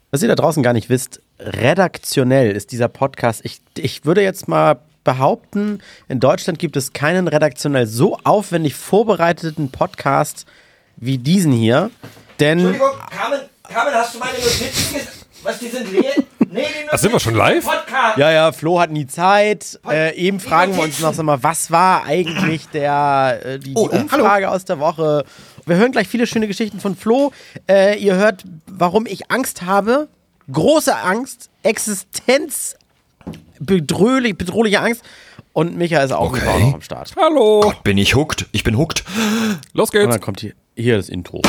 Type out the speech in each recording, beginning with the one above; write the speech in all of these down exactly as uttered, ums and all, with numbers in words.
Was ihr da draußen gar nicht wisst, redaktionell ist dieser Podcast, ich, ich würde jetzt mal behaupten, in Deutschland gibt es keinen redaktionell so aufwendig vorbereiteten Podcast wie diesen hier. Denn Entschuldigung, Carmen, Carmen, hast du meine Notizen gesehen? Was, die sind leer? Nee, die Ach, sind wir schon live? Podcast. ja, ja, Flo hat nie Zeit. Äh, eben fragen wir uns noch, sag mal, was war eigentlich der, äh, die, die Oh, äh, Umfrage hallo. aus der Woche? Wir hören gleich viele schöne Geschichten von Flo. Äh, ihr hört, warum ich Angst habe. Große Angst, Existenz, bedrohlich, bedrohliche Angst. Und Micha ist auch, Okay. auch noch am Start. Hallo. Gott, bin ich hooked. Ich bin hooked. Los Und geht's. dann kommt hier, hier das Intro.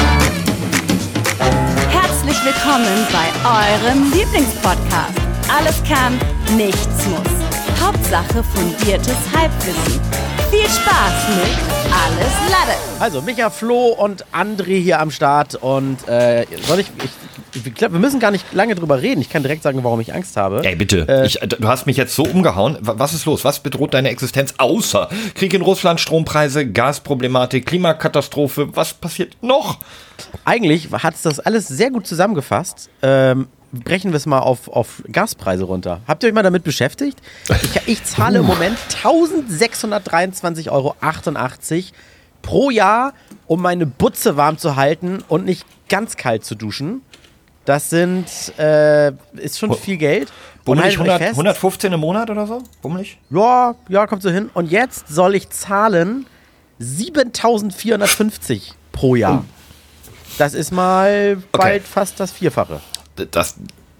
Herzlich willkommen bei eurem Lieblingspodcast. Alles kann, nichts muss. Hauptsache fundiertes Halbwissen. Viel Spaß mit Alles Lade. Also, Micha, Flo und André hier am Start. Und äh, soll ich, ich, ich glaube, wir müssen gar nicht lange drüber reden. Ich kann direkt sagen, warum ich Angst habe. Ey, bitte. Äh, ich, du hast mich jetzt so umgehauen. Was ist los? Was bedroht deine Existenz außer Krieg in Russland, Strompreise, Gasproblematik, Klimakatastrophe? Was passiert noch? Eigentlich hat es das alles sehr gut zusammengefasst. Ähm, brechen wir es mal auf, auf Gaspreise runter. Habt ihr euch mal damit beschäftigt? Ich, ich zahle im Moment eintausendsechshundertdreiundzwanzig Euro achtundachtzig pro Jahr, um meine Butze warm zu halten und nicht ganz kalt zu duschen. Das sind, äh, ist schon viel Geld. Und Bummelig haltet euch hundert, fest, hundertfünfzehn im Monat oder so? Bummelig? Ja, ja, kommt so hin. Und jetzt soll ich zahlen siebentausendvierhundertfünfzig pro Jahr. Das ist mal bald fast das Vierfache. Das.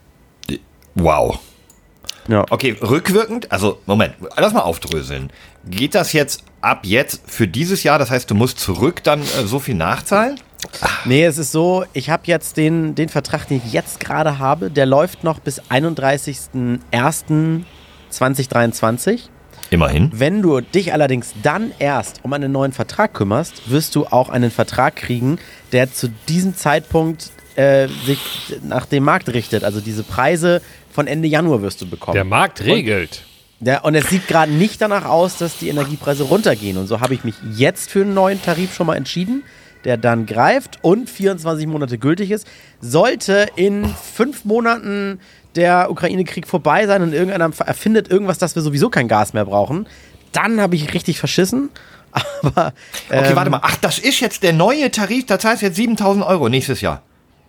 Wow. Ja. Okay, rückwirkend, also Moment, lass mal aufdröseln. Geht das jetzt ab jetzt für dieses Jahr? Das heißt, du musst zurück dann äh, so viel nachzahlen? Nee, es ist so, ich habe jetzt den, den Vertrag, den ich jetzt gerade habe, der läuft noch bis einunddreißigsten ersten zweitausenddreiundzwanzig. Immerhin. Wenn du dich allerdings dann erst um einen neuen Vertrag kümmerst, wirst du auch einen Vertrag kriegen, der zu diesem Zeitpunkt äh, sich nach dem Markt richtet. Also diese Preise von Ende Januar wirst du bekommen. Der Markt regelt. Und, ja, und es sieht gerade nicht danach aus, dass die Energiepreise runtergehen. Und so habe ich mich jetzt für einen neuen Tarif schon mal entschieden, der dann greift und vierundzwanzig Monate gültig ist. Sollte in fünf Monaten der Ukraine-Krieg vorbei sein und irgendeiner erfindet irgendwas, dass wir sowieso kein Gas mehr brauchen, dann habe ich richtig verschissen. Aber, ähm, Okay, warte mal. Ach, das ist jetzt der neue Tarif, da zahlst du jetzt siebentausend Euro nächstes Jahr.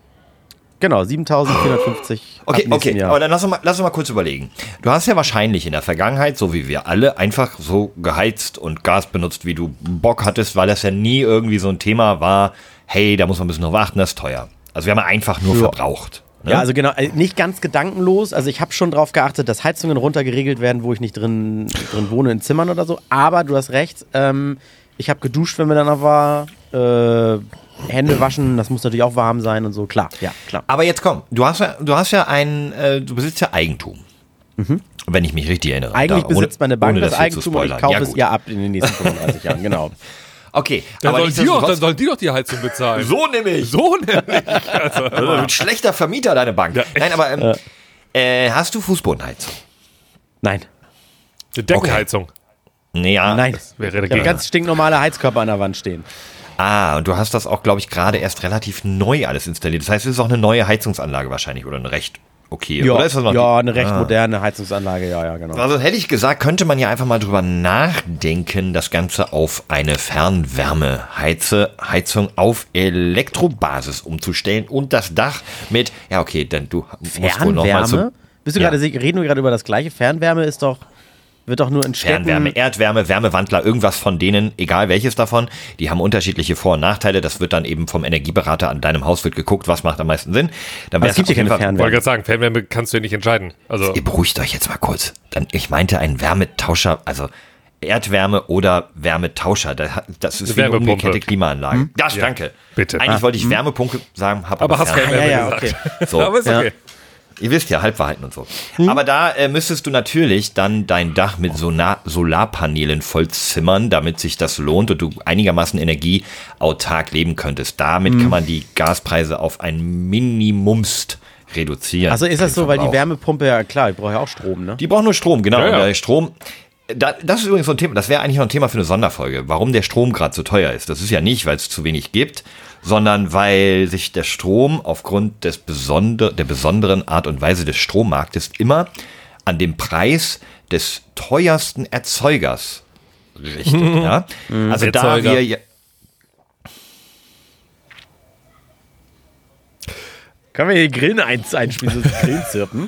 Genau, siebentausendvierhundertfünfzig. Okay, ab nächsten okay, Jahr. aber dann lass uns, mal, lass uns mal kurz überlegen. Du hast ja wahrscheinlich in der Vergangenheit, so wie wir alle, einfach so geheizt und Gas benutzt, wie du Bock hattest, weil das ja nie irgendwie so ein Thema war, hey, da muss man ein bisschen drauf achten, das ist teuer. Also wir haben einfach nur Ja. verbraucht. Ne? Ja, also genau, nicht ganz gedankenlos. Also ich habe schon darauf geachtet, dass Heizungen runtergeregelt werden, wo ich nicht drin, drin wohne, in Zimmern oder so. Aber du hast recht, ähm, ich habe geduscht, wenn mir danach war. Äh, Hände waschen, das muss natürlich auch warm sein und so. Klar, ja, klar. Aber jetzt komm, du hast ja, du hast ja ein, äh, du besitzt ja Eigentum. Mhm. Wenn ich mich richtig erinnere. Eigentlich Da, besitzt meine Bank ohne das hier zu Eigentum und ich spoilern. kaufe Ja, es gut. ihr ab in den nächsten fünfunddreißig Jahren, genau. Okay, Dann aber sollen, die doch, dann nichtsdestotrotz- sollen die doch die Heizung bezahlen. so nämlich. So nämlich. Also, Also, ein schlechter Vermieter, deine Bank. Ja, echt? Nein, aber ähm, äh, hast du Fußbodenheizung? Nein, eine Deckenheizung. Nee, ja. nein. Wäre Ich habe dagegen. ganz stinknormale Heizkörper an der Wand stehen. Ah, und du hast das auch, glaube ich, gerade erst relativ neu alles installiert. Das heißt, es ist auch eine neue Heizungsanlage wahrscheinlich oder eine recht okay. Ja, Oder ist das noch ja die- eine recht Ah. moderne Heizungsanlage, ja, ja, genau. Also hätte ich gesagt, könnte man ja einfach mal drüber nachdenken, das Ganze auf eine Fernwärmeheizung auf Elektrobasis umzustellen und das Dach mit, ja okay, dann du musst wohl noch mal Fernwärme? zum Bist du Ja. gerade, reden wir gerade über das gleiche? Fernwärme ist doch, wird doch nur in Städten... Fernwärme, Erdwärme, Wärmewandler, irgendwas von denen, egal welches davon, die haben unterschiedliche Vor- und Nachteile. Das wird dann eben vom Energieberater an deinem Haus wird geguckt, was macht am meisten Sinn. Dann Aber wär's es gibt auf ja jeden keine Fall- Ich wollte Fernwärme. gerade sagen, Fernwärme kannst du ja nicht entscheiden. Also, Ihr beruhigt euch jetzt mal kurz. Dann, ich meinte einen Wärmetauscher, also Erdwärme oder Wärmetauscher. Das, hat- das ist Eine wie eine Wärmepumpe. umgekehrte Klimaanlage. Das, Ja, danke. bitte. Eigentlich Ah. wollte ich Wärmepumpe sagen, habe aber hast Fernwärme. Fernwärme ja, ja, gesagt. So. Aber ist Ja. okay. Ihr wisst ja, Halbwahrheiten und so. Aber da äh, müsstest du natürlich dann dein Dach mit Sonar Solarpanelen vollzimmern, damit sich das lohnt und du einigermaßen energieautark leben könntest. Damit kann man die Gaspreise auf ein Minimumst reduzieren. Also ist das so, weil die Verbrauch. Wärmepumpe, ja klar, die braucht ja auch Strom, ne? Die brauchen nur Strom, genau. Ja, ja. Und der Strom, da, das ist übrigens so ein Thema, das wäre eigentlich noch ein Thema für eine Sonderfolge, warum der Strom gerade so teuer ist. Das ist ja nicht, weil es zu wenig gibt, sondern weil sich der Strom aufgrund des besonder, der besonderen Art und Weise des Strommarktes immer an dem Preis des teuersten Erzeugers richtet. Ja? Also Erzeuger. da wir ja, Können wir hier Grillen eins einspielen, so Grillenzirpen?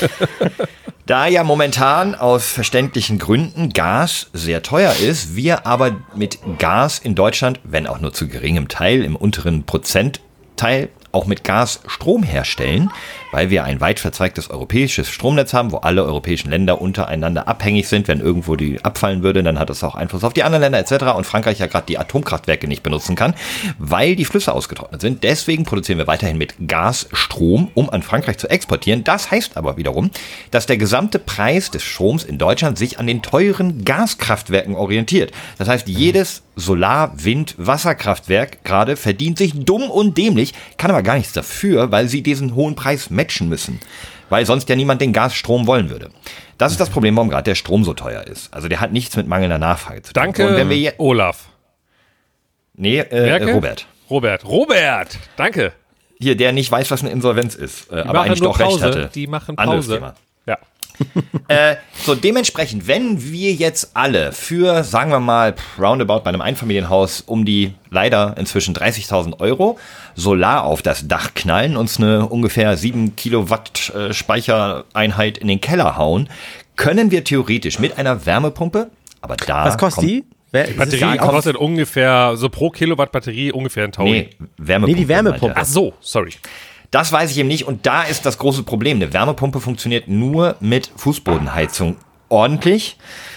Da ja momentan aus verständlichen Gründen Gas sehr teuer ist, wir aber mit Gas in Deutschland, wenn auch nur zu geringem Teil, im unteren Prozentteil, auch mit Gas Strom herstellen, weil wir ein weit verzweigtes europäisches Stromnetz haben, wo alle europäischen Länder untereinander abhängig sind. Wenn irgendwo die abfallen würde, dann hat das auch Einfluss auf die anderen Länder et cetera. Und Frankreich ja gerade die Atomkraftwerke nicht benutzen kann, weil die Flüsse ausgetrocknet sind. Deswegen produzieren wir weiterhin mit Gas Strom, um an Frankreich zu exportieren. Das heißt aber wiederum, dass der gesamte Preis des Stroms in Deutschland sich an den teuren Gaskraftwerken orientiert. Das heißt, jedes Solar-, Wind-, Wasserkraftwerk gerade verdient sich dumm und dämlich, kann aber gar nichts dafür, weil sie diesen hohen Preis matchen müssen. Weil sonst ja niemand den Gasstrom wollen würde. Das ist das Problem, warum gerade der Strom so teuer ist. Also der hat nichts mit mangelnder Nachfrage zu tun. Danke, Und wenn wir je- Olaf. Nee, äh, Merkel? Robert. Robert. Robert, danke. Hier, der nicht weiß, was eine Insolvenz ist, äh, aber machen eigentlich nur doch recht Pause. hatte. Die machen Anderes Pause. Thema. Ja. Äh, so, dementsprechend, wenn wir jetzt alle für, sagen wir mal, roundabout bei einem Einfamilienhaus um die leider inzwischen dreißigtausend Euro Solar auf das Dach knallen, uns eine ungefähr sieben Kilowatt äh, Speichereinheit in den Keller hauen, können wir theoretisch mit einer Wärmepumpe, aber da Was kostet kommt, die? Wer, ist es Batterie die auch- kostet ungefähr, so pro Kilowatt Batterie ungefähr ein Taui. Nee, Wärmepumpe. Nee, die Wärmepumpe. meinte er. Ach so, sorry. Das weiß ich eben nicht und da ist das große Problem. Eine Wärmepumpe funktioniert nur mit Fußbodenheizung ordentlich.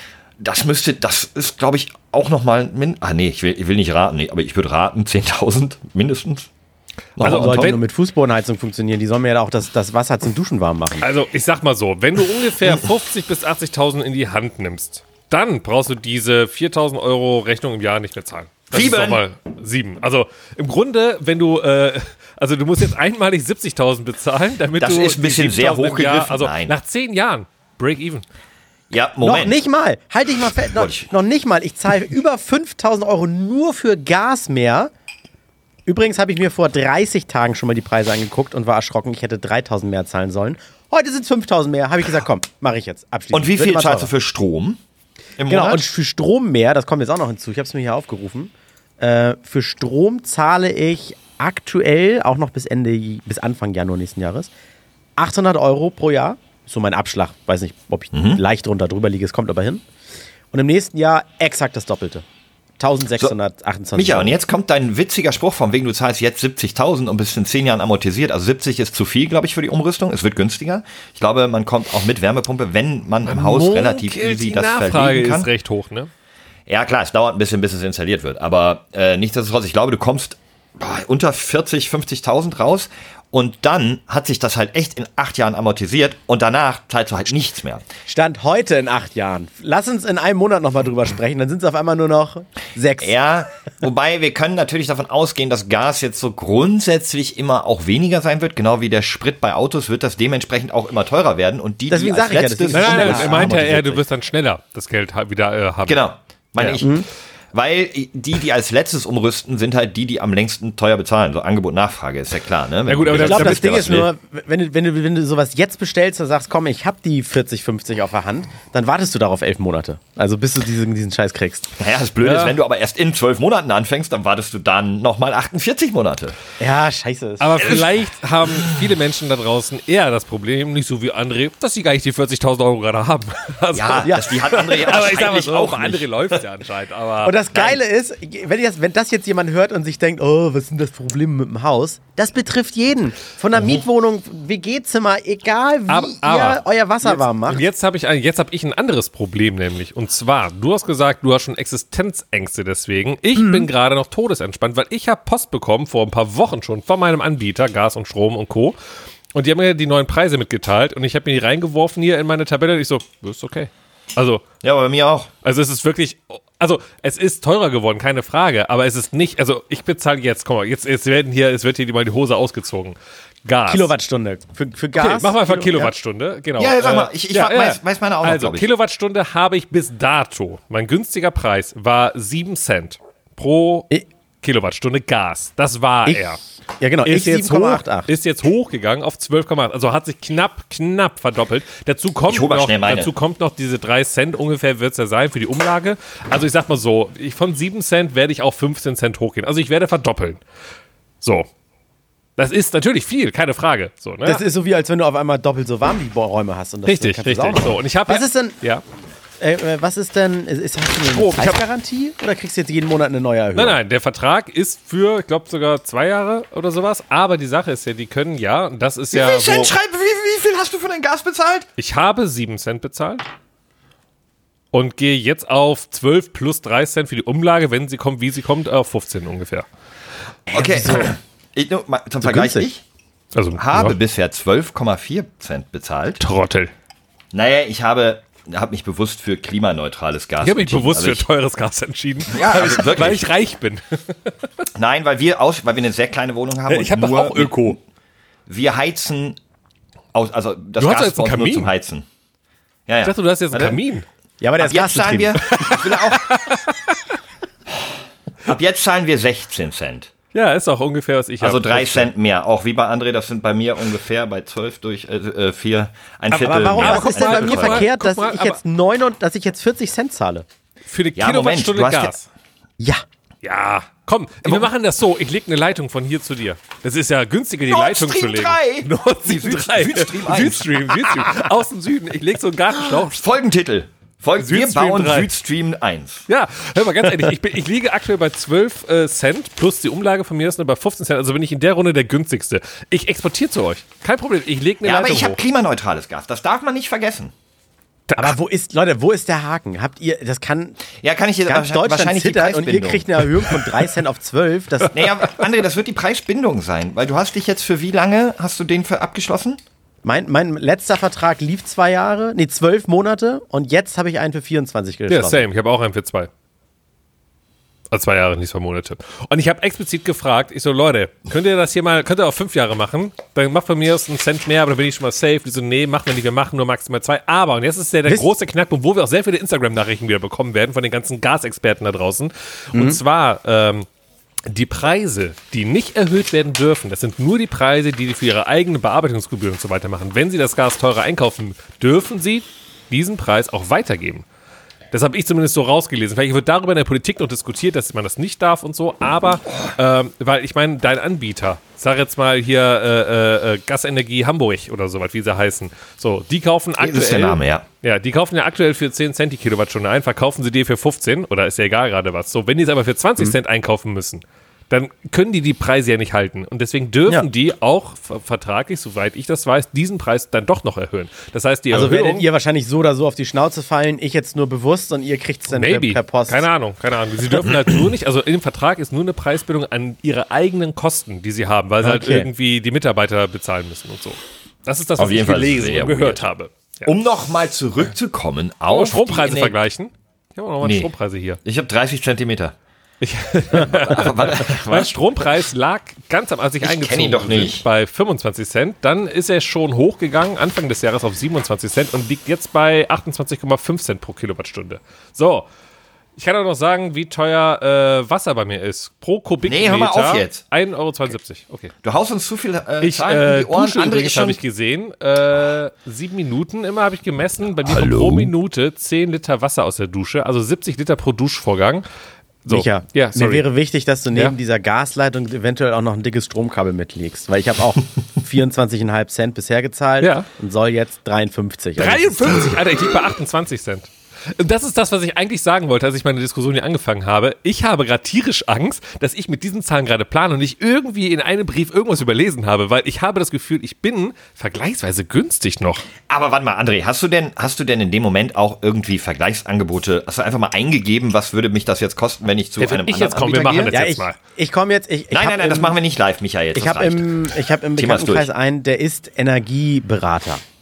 Das müsste, das ist, glaube ich, auch nochmal, ah nee, ich will, ich will nicht raten, nee, aber ich würde raten, zehntausend mindestens. Also, Also sollte wenn- nur mit Fußbodenheizung funktionieren. Die sollen mir ja auch das, das Wasser zum Duschen warm machen. Also, ich sag mal so, wenn du ungefähr fünfzigtausend bis achtzigtausend in die Hand nimmst, dann brauchst du diese viertausend Euro Rechnung im Jahr nicht mehr zahlen. Das Sieben. ist doch mal sieben. Also, im Grunde, wenn du, äh, also du musst jetzt einmalig siebzigtausend bezahlen, damit Das du ist ein die bisschen sehr siebentausend im Jahr, hochgegriffen. also Nein. nach zehn Jahren, break even. Ja, Noch Moment. nicht mal. Halt dich mal fest. Noch, Wollte ich- noch nicht mal. Ich zahle über fünftausend Euro nur für Gas mehr. Übrigens habe ich mir vor dreißig Tagen schon mal die Preise angeguckt und war erschrocken. Ich hätte dreitausend mehr zahlen sollen. Heute sind es fünftausend mehr. Habe ich gesagt, komm, mache ich jetzt. Abschließend. Und wie Wird viel immer zahlst du teurer. für Strom im Genau, Monat? und für Strom mehr, das kommt jetzt auch noch hinzu. Ich habe es mir hier aufgerufen. Äh, für Strom zahle ich aktuell, auch noch bis Ende, bis Anfang Januar nächsten Jahres, achthundert Euro pro Jahr. So mein Abschlag. Weiß nicht, ob ich Mhm. leicht drunter drüber liege. Es kommt aber hin. Und im nächsten Jahr exakt das Doppelte. eintausendsechshundertachtundzwanzig Micha, Euro. und jetzt kommt dein witziger Spruch von wegen, du zahlst jetzt siebzigtausend und bist in zehn Jahren amortisiert. Also siebzig ist zu viel, glaube ich, für die Umrüstung. Es wird günstiger. Ich glaube, man kommt auch mit Wärmepumpe, wenn man im Haus relativ Munkelt, easy die das Nachfrage verlegen kann. ist recht hoch, ne? Ja, klar, es dauert ein bisschen, bis es installiert wird. Aber äh, nichtsdestotrotz, ich glaube, du kommst boah, unter vierzig, fünfzigtausend raus. Und dann hat sich das halt echt in acht Jahren amortisiert. Und danach zahlst du halt nichts mehr. Stand heute in acht Jahren. Lass uns in einem Monat nochmal drüber sprechen. Dann sind es auf einmal nur noch sechs. Ja, wobei wir können natürlich davon ausgehen, dass Gas jetzt so grundsätzlich immer auch weniger sein wird. Genau wie der Sprit bei Autos wird das dementsprechend auch immer teurer werden. Und die, Deswegen die als sag ich ja, letztes... deswegen- Nein, nein, Ja, nein, er meinte ja eher, amortisiert du sind. wirst dann schneller das Geld ha- wieder äh, haben. Genau, meine Ja. ich. Weil die, die als letztes umrüsten, sind halt die, die am längsten teuer bezahlen. So Angebot, Nachfrage, ist ja klar. Ne? Ja gut, aber Ich das- glaube, das damit Ding was ist will. nur, wenn du, wenn, du, wenn du sowas jetzt bestellst und sagst, komm, ich hab die vierzig, fünfzig auf der Hand, dann wartest du darauf elf Monate. Also bis du diesen, diesen Scheiß kriegst. Naja, das Blöde Ja. ist, wenn du aber erst in zwölf Monaten anfängst, dann wartest du dann nochmal achtundvierzig Monate. Ja, scheiße. Aber vielleicht haben viele Menschen da draußen eher das Problem, nicht so wie André, dass sie gar nicht die vierzigtausend Euro gerade haben. Also, Ja, Ja. Das, die hat andere ja aber ich sag mal wahrscheinlich so, auch bei nicht. André läuft ja anscheinend. Aber Und das Geile ist, wenn das, wenn das jetzt jemand hört und sich denkt, oh, was ist denn das Problem mit dem Haus? Das betrifft jeden. Von der Mietwohnung, W G-Zimmer, egal wie Aber- ihr aber euer Wasser jetzt, warm macht. Und jetzt habe ich, ein- jetzt hab ich ein anderes Problem nämlich. Und zwar, du hast gesagt, du hast schon Existenzängste deswegen. Ich Mhm. bin gerade noch todesentspannt, weil ich habe Post bekommen, vor ein paar Wochen schon, von meinem Anbieter, Gas und Strom und Co. Und die haben mir die neuen Preise mitgeteilt und ich habe mir die reingeworfen hier in meine Tabelle und ich so, das ist okay. Also, Ja, aber bei mir auch. also es ist wirklich, also es ist teurer geworden, keine Frage, aber es ist nicht, also ich bezahle jetzt, guck mal, jetzt, jetzt werden hier, es wird hier mal die Hose ausgezogen. Gas. Kilowattstunde. Für, für Gas. Okay, mach mal einfach Kilo- Kilowattstunde, genau. Ja, sag mal, Äh, ich, ich weiß, weiß meine auch noch, Also, glaub ich. Kilowattstunde habe ich bis dato, mein günstiger Preis war sieben Cent pro Ich- Kilowattstunde Gas. Das war Ich, er. ja, genau. Ist ich jetzt, sieben Komma hoch, achtundachtzig. ist jetzt hochgegangen auf zwölf Komma acht. Also hat sich knapp, knapp verdoppelt. Dazu kommt, Ich hol mal noch, schnell meine. dazu kommt noch diese drei Cent ungefähr wird es ja sein für die Umlage. Also ich sag mal so, ich, von sieben Cent werde ich auf fünfzehn Cent hochgehen. Also ich werde verdoppeln. So. Das ist natürlich viel, keine Frage. So, ne? Das ist so wie, als wenn du auf einmal doppelt so warm die Räume hast. Und das richtig, kannst du auch richtig. noch. So, und ich habe Was ist denn, Ja. äh, äh, was ist denn, ist, ist- hast du eine Strom. Ich hab- Preisgarantie oder kriegst du jetzt jeden Monat eine neue Erhöhung? Nein, nein, der Vertrag ist für, ich glaube, sogar zwei Jahre oder sowas. Aber die Sache ist ja, die können ja, und das ist Wie ja. viel Wo, Cent schreib, wie, wie viel hast du für dein Gas bezahlt? ich habe sieben Cent bezahlt und gehe jetzt auf zwölf plus drei Cent für die Umlage, wenn sie kommt, wie sie kommt, auf fünfzehn ungefähr. Okay, ich, nur mal zum Vergleich, günstig. ich Also habe ja, bisher zwölf Komma vier Cent bezahlt. Trottel. Naja, ich habe, habe mich bewusst für klimaneutrales Gas Ich habe mich entschieden. bewusst Also für teures Gas entschieden, Ja, weil, also ich, wirklich. weil ich reich bin. Nein, weil wir aus, weil wir eine sehr kleine Wohnung haben. Ich und habe doch nur auch Öko. Wir heizen aus, also das Du hast Gas jetzt bei uns einen nur Kamin. zum Heizen. Ja, ja. Ich dachte, du hast jetzt einen Warte. Kamin. Ja, aber der Ab ist jetzt zahlen wir, gasbetrieben. ich will auch, ab jetzt zahlen wir sechzehn Cent. Ja, ist auch ungefähr, was ich Also hab. drei Cent mehr. Auch wie bei André, das sind bei mir ungefähr bei zwölf durch äh, vier, ein Viertel Aber warum, mehr. was ist denn mal, bei mir guck mal, verkehrt, guck dass mal, ich aber- jetzt neun und, dass ich jetzt vierzig Cent zahle? Für eine Ja, Moment, Kilowattstunde du hast ja- Gas. Ja. Ja, komm, wir machen das so. Ich lege eine Leitung von hier zu dir. Das ist ja günstiger, die Nord Leitung zu Stream legen. drei. Nord Stream Süd- drei. Südstream eins. Südstream, Südstream. Aus dem Süden. Ich lege so einen Gartenschlauch. Folgentitel. Folgen, wir Südstream bauen drei. Südstream eins. Ja, hör mal, ganz ehrlich, ich, bin, ich liege aktuell bei zwölf äh, Cent plus die Umlage von mir ist nur bei fünfzehn Cent. Also bin ich in der Runde der günstigste. Ich exportiere zu euch. Kein Problem. Ich lege eine Ja, aber Leitung ich habe hoch. klimaneutrales Gas. Das darf man nicht vergessen. Aber wo ist, Leute, wo ist der Haken? Habt ihr, das kann Ja, kann ich dir ganz Deutschland wahrscheinlich die zittern und ihr Preisbindung. kriegt eine Erhöhung von drei Cent auf zwölf. Das, Naja, André, das wird die Preisbindung sein, weil du hast dich jetzt für wie lange, hast du den für abgeschlossen? mein, mein letzter Vertrag lief zwei Jahre, nee, zwölf Monate und jetzt habe ich einen für vierundzwanzig Ja, geschlossen. same. Ich habe auch einen für zwei. Also zwei Jahre, nicht zwei Monate. Und ich habe explizit gefragt, ich so, Leute, könnt ihr das hier mal, könnt ihr auch fünf Jahre machen? Dann macht von mir aus einen Cent mehr, aber dann bin ich schon mal safe. Die so, nee, machen wir nicht, wir machen nur maximal zwei. Aber, und jetzt ist ja der Wisst- große Knackpunkt, wo wir auch sehr viele Instagram-Nachrichten wieder bekommen werden von den ganzen Gasexperten da draußen. Und zwar, ähm, die Preise, die nicht erhöht werden dürfen, das sind nur die Preise, die die für ihre eigene Bearbeitungsgebühren und so weiter machen. Wenn sie das Gas teurer einkaufen, dürfen sie diesen Preis auch weitergeben. Das habe ich zumindest so rausgelesen. Vielleicht wird darüber in der Politik noch diskutiert, dass man das nicht darf und so. Aber, ähm, weil ich meine, dein Anbieter, sag jetzt mal hier äh, äh, Gasenergie Hamburg oder so was, wie sie heißen. So, die kaufen aktuell. ist der Name, ja. Ja, die kaufen ja aktuell für zehn Cent die Kilowattstunde ein, verkaufen sie dir für fünfzehn oder ist ja egal gerade was. So, wenn die es aber für zwanzig Cent einkaufen müssen, dann können die die Preise ja nicht halten. Und deswegen dürfen Ja. die auch ver- vertraglich, soweit ich das weiß, diesen Preis dann doch noch erhöhen. Das heißt, die Also Erhöhung, werdet ihr wahrscheinlich so oder so auf die Schnauze fallen, ich jetzt nur bewusst und ihr kriegt es dann per, maybe, per Post. keine Ahnung, keine Ahnung. Sie dürfen halt nur nicht, also im Vertrag ist nur eine Preisbindung an ihre eigenen Kosten, die sie haben, weil sie halt Okay. irgendwie die Mitarbeiter bezahlen müssen und so. Das ist das, was Auf jeden ich Fall gelesen sehr und gehört weird. habe. Ja. Um nochmal zurückzukommen Wollen wir auf Strompreise die Ener- vergleichen? Ich habe auch nochmal Nee. Strompreise hier. Ich habe dreißig Zentimeter. Mein Strompreis lag ganz am, als ich, Ich eingezogen kenn ihn doch bin, nicht. bei fünfundzwanzig Cent. Dann ist er schon hochgegangen, Anfang des Jahres auf siebenundzwanzig Cent und liegt jetzt bei achtundzwanzig Komma fünf Cent pro Kilowattstunde. So, ich kann auch noch sagen, wie teuer äh, Wasser bei mir ist. Pro Kubikmeter. Nee, hör mal auf jetzt. ein Euro zweiundsiebzig. Okay. Du haust uns zu viel äh, Ich Zahlen äh, in die Ohren. dusche André übrigens, ist schon habe ich gesehen. Äh, sieben Minuten immer habe ich gemessen. Bei mir kommt Hallo? pro Minute zehn Liter Wasser aus der Dusche. Also siebzig Liter pro Duschvorgang. So. Micha, Ja, mir sorry. wäre wichtig, dass du neben Ja. dieser Gasleitung eventuell auch noch ein dickes Stromkabel mitlegst, weil ich habe auch vierundzwanzig Komma fünf Cent bisher gezahlt Ja. und soll jetzt dreiundfünfzig. Also das ist- dreiundfünfzig, Alter, ich liege bei achtundzwanzig Cent. Und das ist das, was ich eigentlich sagen wollte, als ich meine Diskussion hier angefangen habe. Ich habe gerade tierisch Angst, dass ich mit diesen Zahlen gerade plane und ich irgendwie in einem Brief irgendwas überlesen habe, weil ich habe das Gefühl, ich bin vergleichsweise günstig noch. Aber warte mal, André, hast du denn, hast du denn in dem Moment auch irgendwie Vergleichsangebote, hast du einfach mal eingegeben, was würde mich das jetzt kosten, wenn ich zu Ja, wenn einem ich anderen jetzt komme, wir Anbieter machen gehe? das Ja, jetzt ich, mal. ich komme jetzt. Ich, ich Nein, hab nein, nein, das im, machen wir nicht live, Michael. Jetzt, Ich das habe reicht. im, ich hab im Thema ist Bekanntenkreis durch. einen, der ist Energieberater.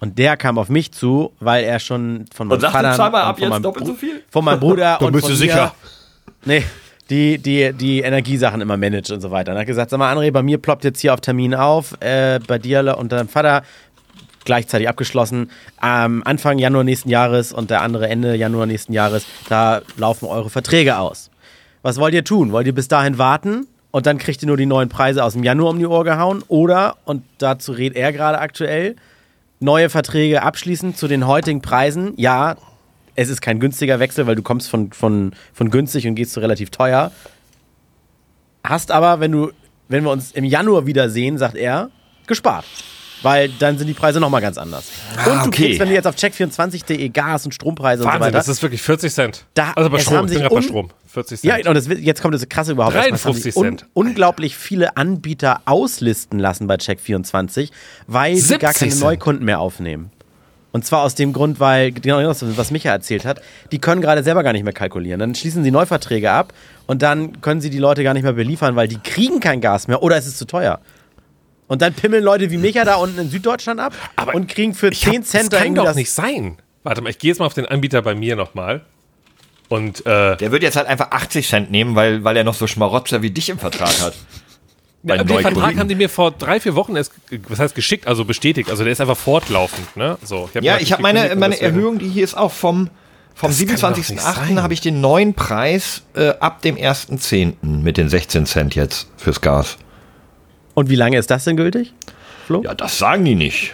Und der kam auf mich zu, weil er schon von meinem Und sagt, Vater zahl mal und ab von jetzt meinem doppelt Bru- so viel? von meinem Bruder Da und bist von du mir, sicher. Nee, die, die, die Energiesachen immer managt und so weiter. Und er hat gesagt, sag mal, André, bei mir ploppt jetzt hier auf Termin auf, äh, bei dir und deinem Vater gleichzeitig abgeschlossen, ähm, Anfang Januar nächsten Jahres und der andere Ende Januar nächsten Jahres, da laufen eure Verträge aus. Was wollt ihr tun? Wollt ihr bis dahin warten und dann kriegt ihr nur die neuen Preise aus dem Januar um die Ohr gehauen? Oder, und dazu redet er gerade aktuell, neue Verträge abschließen zu den heutigen Preisen? Ja, es ist kein günstiger Wechsel, weil du kommst von, von, von günstig und gehst zu relativ teuer. Hast aber, wenn du, wenn wir uns im Januar wiedersehen, sagt er, gespart. Weil dann sind die Preise nochmal ganz anders. Ah, und du okay. kriegst, wenn du jetzt auf check vierundzwanzig punkt de Gas und Strompreise und so Wahnsinn, weiter. das ist wirklich vierzig Cent. Da- also bei es Strom, haben ich sich bin gerade bei un- Strom. vierzig Ja, Cent. und das, wird- jetzt kommt das krasse überhaupt. erstmal. Es haben sich dreiundfünfzig Cent. Un, unglaublich viele Anbieter auslisten lassen bei check vierundzwanzig, weil sie gar keine siebzig Cent. Neukunden mehr aufnehmen. Und zwar aus dem Grund, weil, genau das, was Micha erzählt hat, die können gerade selber gar nicht mehr kalkulieren. Dann schließen sie Neuverträge ab und dann können sie die Leute gar nicht mehr beliefern, weil die kriegen kein Gas mehr oder es ist zu teuer. Und dann pimmeln Leute wie Micha da unten in Süddeutschland ab Aber und kriegen für Ich hab, zehn Cent das da kann irgendwie doch das. nicht sein. Warte mal, ich gehe jetzt mal auf den Anbieter bei mir nochmal. Und, äh, Der wird jetzt halt einfach achtzig Cent nehmen, weil, weil er noch so Schmarotzer wie dich im Vertrag hat. Bei ja, den Vertrag Neukunden. haben die mir vor drei, vier Wochen erst, was heißt geschickt, also bestätigt. Also der ist einfach fortlaufend, ne? So, hab Ja, mal ich habe gekündigt meine, und meine deswegen- Erhöhung, die hier ist auch vom, vom Das kann doch siebenundzwanzigsten nicht achten sein. habe ich den neuen Preis äh, ab dem ersten zehnten mit den sechzehn Cent jetzt fürs Gas. Und wie lange ist das denn gültig? Flo? Ja, das sagen die nicht.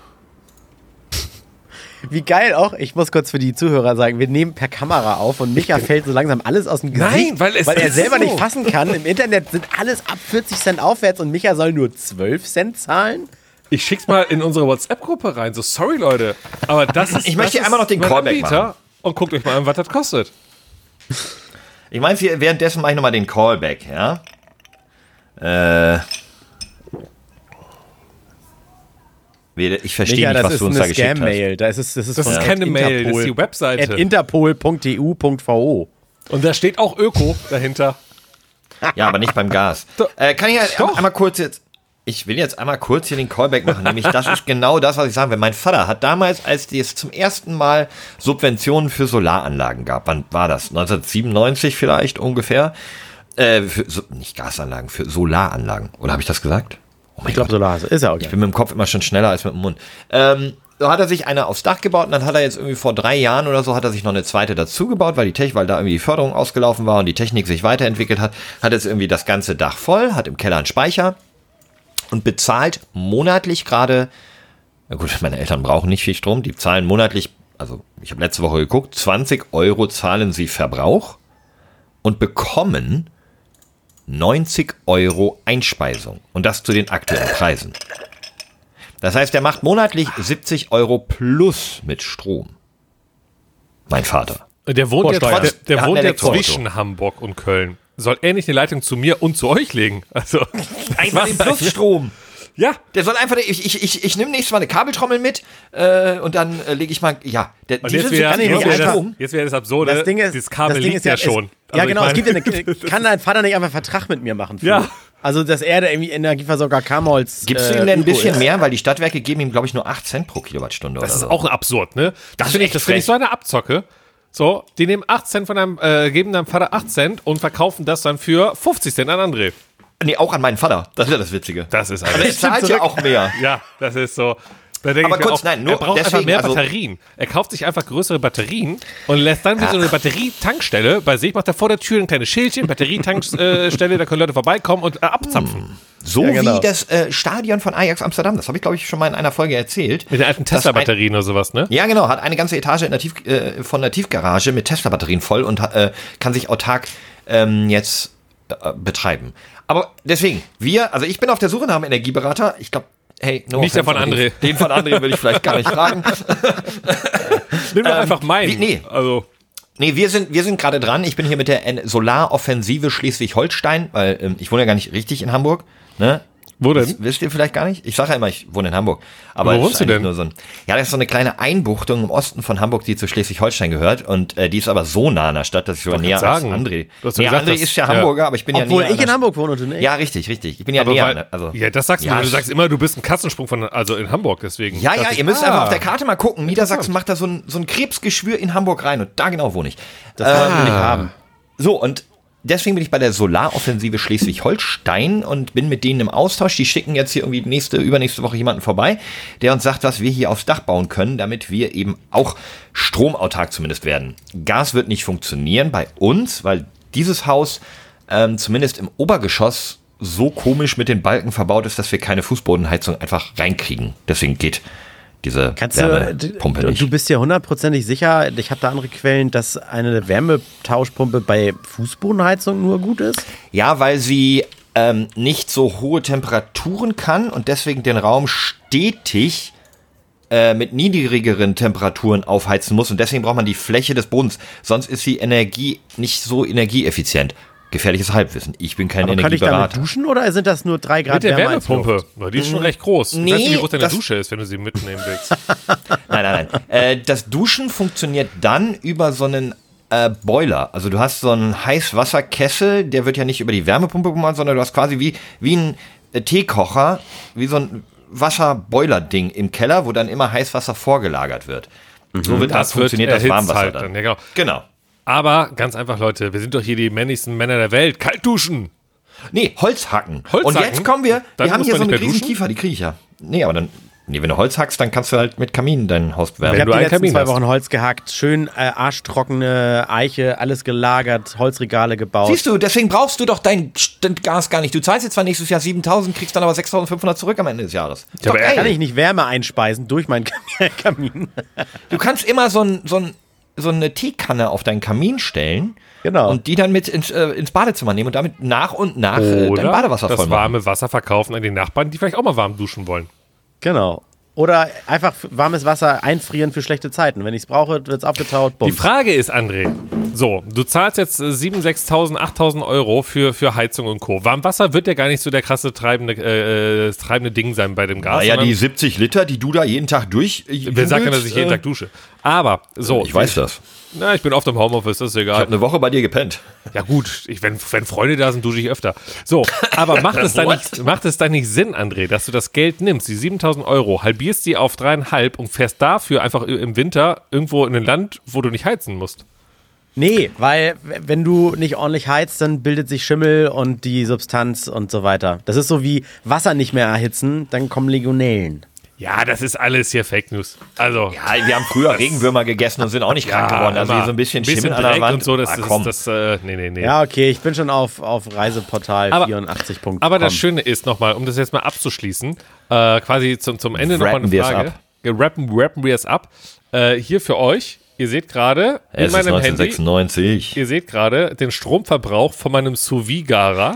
Wie geil auch, ich muss kurz für die Zuhörer sagen, wir nehmen per Kamera auf und Micha fällt so langsam alles aus dem Gesicht, Nein, weil es weil er ist selber so. nicht fassen kann. Im Internet sind alles ab vierzig Cent aufwärts und Micha soll nur zwölf Cent zahlen. Ich schick's mal in unsere WhatsApp-Gruppe rein. So, sorry, Leute. Aber das ist. Ich möchte das einmal noch den ist mein Callback Anbieter. machen. Und guckt euch mal an, was das kostet. Ich meine, hier, währenddessen mache ich nochmal den Callback, ja? Äh. Ich verstehe Micha, nicht, das was ist du uns da eine geschickt hast. Scam-Mail. Das ist, das ist, Das von ist keine Mail, das ist die Webseite. at interpol punkt e u punkt v o. Und da steht auch Öko dahinter. Ja, aber nicht beim Gas. Doch. Äh, kann ich halt Doch. einmal kurz jetzt. Ich will jetzt einmal kurz hier den Callback machen, nämlich das ist genau das, was ich sagen will. Mein Vater hat damals, als es zum ersten Mal Subventionen für Solaranlagen gab, wann war das? neunzehnhundertsiebenundneunzig vielleicht ungefähr? Äh, für, so, nicht Gasanlagen, für Solaranlagen. Oder habe ich das gesagt? Oh mein Ich glaube, Solar ist ja auch Ich geil. bin mit dem Kopf immer schon schneller als mit dem Mund. Ähm, so hat er sich eine aufs Dach gebaut und dann hat er jetzt irgendwie vor drei Jahren oder so hat er sich noch eine zweite dazu gebaut, weil die Technik, weil da irgendwie die Förderung ausgelaufen war und die Technik sich weiterentwickelt hat, hat jetzt irgendwie das ganze Dach voll, hat im Keller einen Speicher und bezahlt monatlich gerade, na gut, meine Eltern brauchen nicht viel Strom, die zahlen monatlich, also ich habe letzte Woche geguckt, zwanzig Euro zahlen sie Verbrauch und bekommen neunzig Euro Einspeisung. Und das zu den aktuellen Preisen. Das heißt, er macht monatlich siebzig Euro plus mit Strom. Mein Vater. Der wohnt ja, Vorsteuer. der, der Er hat wohnt ein ja Elektroauto. zwischen Hamburg und Köln. Soll er nicht eine Leitung zu mir und zu euch legen? Also, Einfach den Plusstrom. ja. Der soll einfach, ich, ich, ich, ich nehme nächstes Mal eine Kabeltrommel mit äh, und dann äh, lege ich mal, ja, der, Und die jetzt sind wäre so nicht jetzt einfach- wär das, Strom. jetzt wär das Absurde. Das Ding ist, dieses Kabel das Ding liegt ist ja, es- schon. Ja, Also, genau. ich Es gibt meine- ja eine, kann dein Vater nicht einfach einen Vertrag mit mir machen? Flo? Ja. Also, dass er der irgendwie Energieversorger Kamholz. Gibst du äh, ihm denn ein Öko bisschen ist. mehr, weil die Stadtwerke geben ihm, glaube ich, nur acht Cent pro Kilowattstunde Das oder ist so. auch absurd, ne? Das ist finde ich, echt das finde ich frech. so eine Abzocke. So, die nehmen acht Cent von einem, äh, geben deinem Vater acht Cent und verkaufen das dann für fünfzig Cent an André. Nee, auch an meinen Vater. Das ist ja das Witzige. Das ist Also er alles. zahlt ja auch mehr. Ja, das ist so. Da denke Aber ich mir kurz, auch, nein, nur er braucht einfach deswegen, mehr also- Batterien. Er kauft sich einfach größere Batterien und lässt dann wie so eine Batterietankstelle bei sich, macht er vor der Tür ein kleines Schildchen, Batterietankstelle, da können Leute vorbeikommen und äh, abzapfen. So Ja, genau. wie das äh, Stadion von Ajax Amsterdam. Das habe ich, glaube ich, schon mal in einer Folge erzählt. Mit den alten Das Tesla-Batterien oder sowas, ne? Ja, genau. Hat eine ganze Etage in der Tief, äh, von der Tiefgarage mit Tesla-Batterien voll und äh, kann sich autark ähm, jetzt äh, betreiben. Aber deswegen, wir, also ich bin auf der Suche nach einem Energieberater. Ich glaube, hey, no Nicht der offense, von aber André. Den, den von André will ich vielleicht gar nicht fragen. Nimm doch einfach meinen. wie- nee. Also, Nee, wir sind, wir sind gerade dran. Ich bin hier mit der En- Solaroffensive Schleswig-Holstein, weil ähm, ich wohne ja gar nicht richtig in Hamburg. Ne? Wo denn? Das wisst ihr vielleicht gar nicht? Ich sage ja immer, ich wohne in Hamburg. Aber Wo es wohnst ist du eigentlich denn? Nur so ein, ja, das ist so eine kleine Einbuchtung im Osten von Hamburg, die zu Schleswig-Holstein gehört. Und äh, die ist aber so nah an der Stadt, dass ich sogar Ich näher wollte als sagen, André. du hast doch Nee, gesagt, André dass- ist ja ja. Hamburger, aber ich bin ja Obwohl näher ich an in der- Hamburg wohne und du nicht. Ja, richtig, richtig. Ich bin ja Aber näher weil, an der- also, ja, das sagst du, Ja, du ich- sagst immer, du bist ein Katzensprung von, also in Hamburg, deswegen. Ja, ja, dachte ich, ihr müsst ah, einfach auf der Karte mal gucken. Niedersachsen macht da so ein, so ein Krebsgeschwür in Hamburg rein und da genau wohne ich. Das will ich Ähm, haben. So, und deswegen bin ich bei der Solaroffensive Schleswig-Holstein und bin mit denen im Austausch. Die schicken jetzt hier irgendwie nächste, übernächste Woche jemanden vorbei, der uns sagt, was wir hier aufs Dach bauen können, damit wir eben auch stromautark zumindest werden. Gas wird nicht funktionieren bei uns, weil dieses Haus ähm, zumindest im Obergeschoss so komisch mit den Balken verbaut ist, dass wir keine Fußbodenheizung einfach reinkriegen. Deswegen geht diese Kannst du, Wärmepumpe du, nicht. du bist dir hundertprozentig sicher, ich habe da andere Quellen, dass eine Wärmetauschpumpe bei Fußbodenheizung nur gut ist? Ja, weil sie ähm, nicht so hohe Temperaturen kann und deswegen den Raum stetig äh, mit niedrigeren Temperaturen aufheizen muss und deswegen braucht man die Fläche des Bodens. Sonst ist die Energie nicht so energieeffizient. Gefährliches Halbwissen. Ich bin kein Aber kann ich damit Energieberater. duschen oder sind das nur drei Grad mit der wärmer als Wärmepumpe. Luft? Na, die ist schon recht groß. Ich Nee, weiß nicht, wie groß deine das- Dusche ist, wenn du sie mitnehmen willst. Nein, nein, nein. äh, das Duschen funktioniert dann über so einen äh, Boiler. Also du hast so einen Heißwasserkessel, der wird ja nicht über die Wärmepumpe gemacht, sondern du hast quasi wie, wie ein äh, Teekocher, wie so ein Wasserboiler-Ding im Keller, wo dann immer Heißwasser vorgelagert wird. So wird das, Das wird funktioniert das erhitzt Warmwasser halt dann. dann, ja, genau. Genau. Aber ganz einfach, Leute, wir sind doch hier die männlichsten Männer der Welt. Kalt duschen! Nee, Holzhacken. Holzhacken? Und jetzt kommen wir, Dann wir haben muss hier man so nicht eine mehr riesen duschen? Kiefer, die kriege ich ja. Nee, aber dann, nee, wenn du Holz hackst, dann kannst du halt mit Kamin dein Haus Ich wärmen. Wenn habe du die einen letzten Kamin zwei hast. Wochen Holz gehackt, schön äh, arschtrockene Eiche, alles gelagert, Holzregale gebaut. Siehst du, deswegen brauchst du doch dein St- Gas gar nicht. Du zahlst jetzt zwar nächstes Jahr siebentausend, kriegst dann aber sechstausendfünfhundert zurück am Ende des Jahres. Ist aber doch er geil. Kann ich nicht Wärme einspeisen durch meinen Kam- Kamin? Du kannst immer so, ein, so, ein, so eine Teekanne auf deinen Kamin stellen Genau. und die dann mit ins, äh, ins Badezimmer nehmen und damit nach und nach äh, dein Oder Badewasser voll das machen. warme Wasser verkaufen an die Nachbarn, die vielleicht auch mal warm duschen wollen. Genau. Oder einfach warmes Wasser einfrieren für schlechte Zeiten. Wenn ich es brauche, wird es aufgetaut. Die Bums. Frage ist, André, so, du zahlst jetzt äh, siebentausend, sechstausend, achttausend Euro für, für Heizung und Co. Warmwasser wird ja gar nicht so der krasse treibende, äh, das treibende Ding sein bei dem Gas. Naja, sondern- die siebzig Liter, die du da jeden Tag durch. Wer sagt denn, dass ich jeden Tag dusche? Aber, so. Ich weiß das. Na, ich bin oft im Homeoffice, das ist Ich egal. habe eine Woche bei dir gepennt. Ja gut, ich, wenn, wenn Freunde da sind, dusche ich öfter. So, aber macht es, dann nicht, macht es dann nicht Sinn, André, dass du das Geld nimmst, die siebentausend Euro, halbierst die auf dreieinhalb und fährst dafür einfach im Winter irgendwo in ein Land, wo du nicht heizen musst? Nee, weil w- wenn du nicht ordentlich heizt, dann bildet sich Schimmel und die Substanz und so weiter. Das ist so wie Wasser nicht mehr erhitzen, dann kommen Legionellen. Ja, das ist alles hier Fake News. Also, Ja, wir haben früher Regenwürmer gegessen und sind auch nicht krank geworden. Also immer hier so ein bisschen, Schimmel an der Dreck Wand. und so, das Ah, ist, komm. das, äh, nee, nee, nee. Ja, okay, ich bin schon auf, auf Reiseportal Aber- vierundachtzig Punkt com. Aber das Schöne ist nochmal, um das jetzt mal abzuschließen, äh, quasi zum, zum Ende nochmal eine Rappen wir es Frage. ab. Ja, Rappen, rappen wir es ab. Äh, hier für euch, ihr seht gerade in Es ist meinem Handy, neunzehnhundertsechsundneunzig. ihr seht gerade den Stromverbrauch von meinem Sous-Vide-Garer.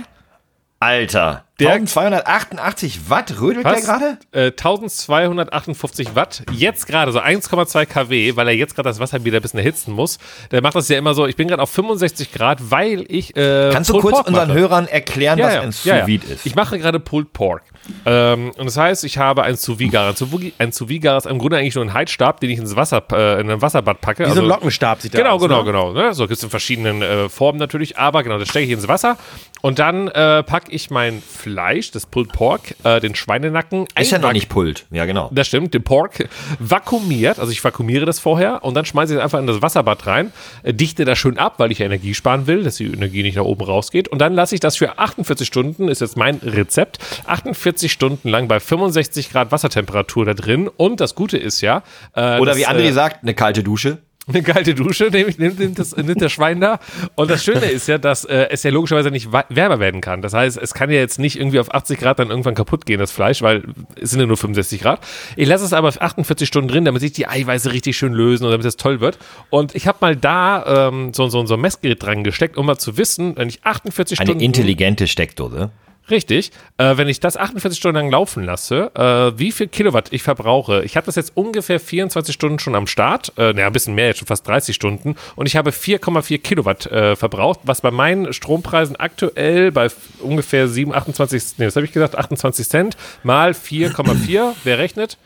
Alter. Der- zwölfhundertachtundachtzig Watt rödelt der Was? gerade? Äh, eintausendzweihundertachtundfünfzig Watt, jetzt gerade so eins Komma zwei Kilowatt, weil er jetzt gerade das Wasser wieder ein bisschen erhitzen muss. Der macht das ja immer so, ich bin gerade auf fünfundsechzig Grad, weil ich äh, Kannst du Pulled kurz Pork unseren mache. Hörern erklären, was ein ja, ja. Sous-Vide ist? Ich mache gerade Pulled Pork. Ähm, und das heißt, ich habe ein Sous-Vide-Garer. Ein Sous-Vide- Ein Sous-Vide-Garer ist im Grunde eigentlich nur ein Heizstab, den ich ins Wasser, äh, in ein Wasserbad packe. Wie so ein Lockenstab sieht der Genau, aus. genau, ne? genau. Ne? So gibt es in verschiedenen äh, Formen natürlich. Aber genau, das stecke ich ins Wasser. Und dann äh, packe ich mein Fleisch, das Pulled Pork, äh, den Schweinenacken. Ist ja noch einwag- nicht Pult. Ja, genau. Das stimmt, den Pork vakuumiert, also ich vakuumiere das vorher und dann schmeiße ich es einfach in das Wasserbad rein, äh, dichte das schön ab, weil ich ja Energie sparen will, dass die Energie nicht nach oben rausgeht und dann lasse ich das für achtundvierzig Stunden, ist jetzt mein Rezept, achtundvierzig Stunden lang bei fünfundsechzig Grad Wassertemperatur da drin und das Gute ist ja... Äh, Oder das, wie André äh, sagt, eine kalte Dusche. eine kalte Dusche, nimmt, nimmt, nimmt, das, nimmt der Schwein da. Und das Schöne ist ja, dass äh, es ja logischerweise nicht wa- wärmer werden kann. Das heißt, es kann ja jetzt nicht irgendwie auf achtzig Grad dann irgendwann kaputt gehen, das Fleisch, weil es sind ja nur fünfundsechzig Grad. Ich lasse es aber auf achtundvierzig Stunden drin, damit sich die Eiweiße richtig schön lösen und damit es toll wird. Und ich habe mal da ähm, so, so, so ein Messgerät dran gesteckt, um mal zu wissen, wenn ich achtundvierzig Eine Stunden... intelligente Steckdose. Richtig. Äh, wenn ich das achtundvierzig Stunden lang laufen lasse, äh, wie viel Kilowatt ich verbrauche, ich habe das jetzt ungefähr vierundzwanzig Stunden schon am Start, äh, naja, ein bisschen mehr, jetzt schon fast dreißig Stunden, und ich habe vier Komma vier Kilowatt äh, verbraucht, was bei meinen Strompreisen aktuell bei f- ungefähr sieben, achtundzwanzig, nee, was habe ich gesagt, achtundzwanzig Cent mal vier Komma vier, wer rechnet?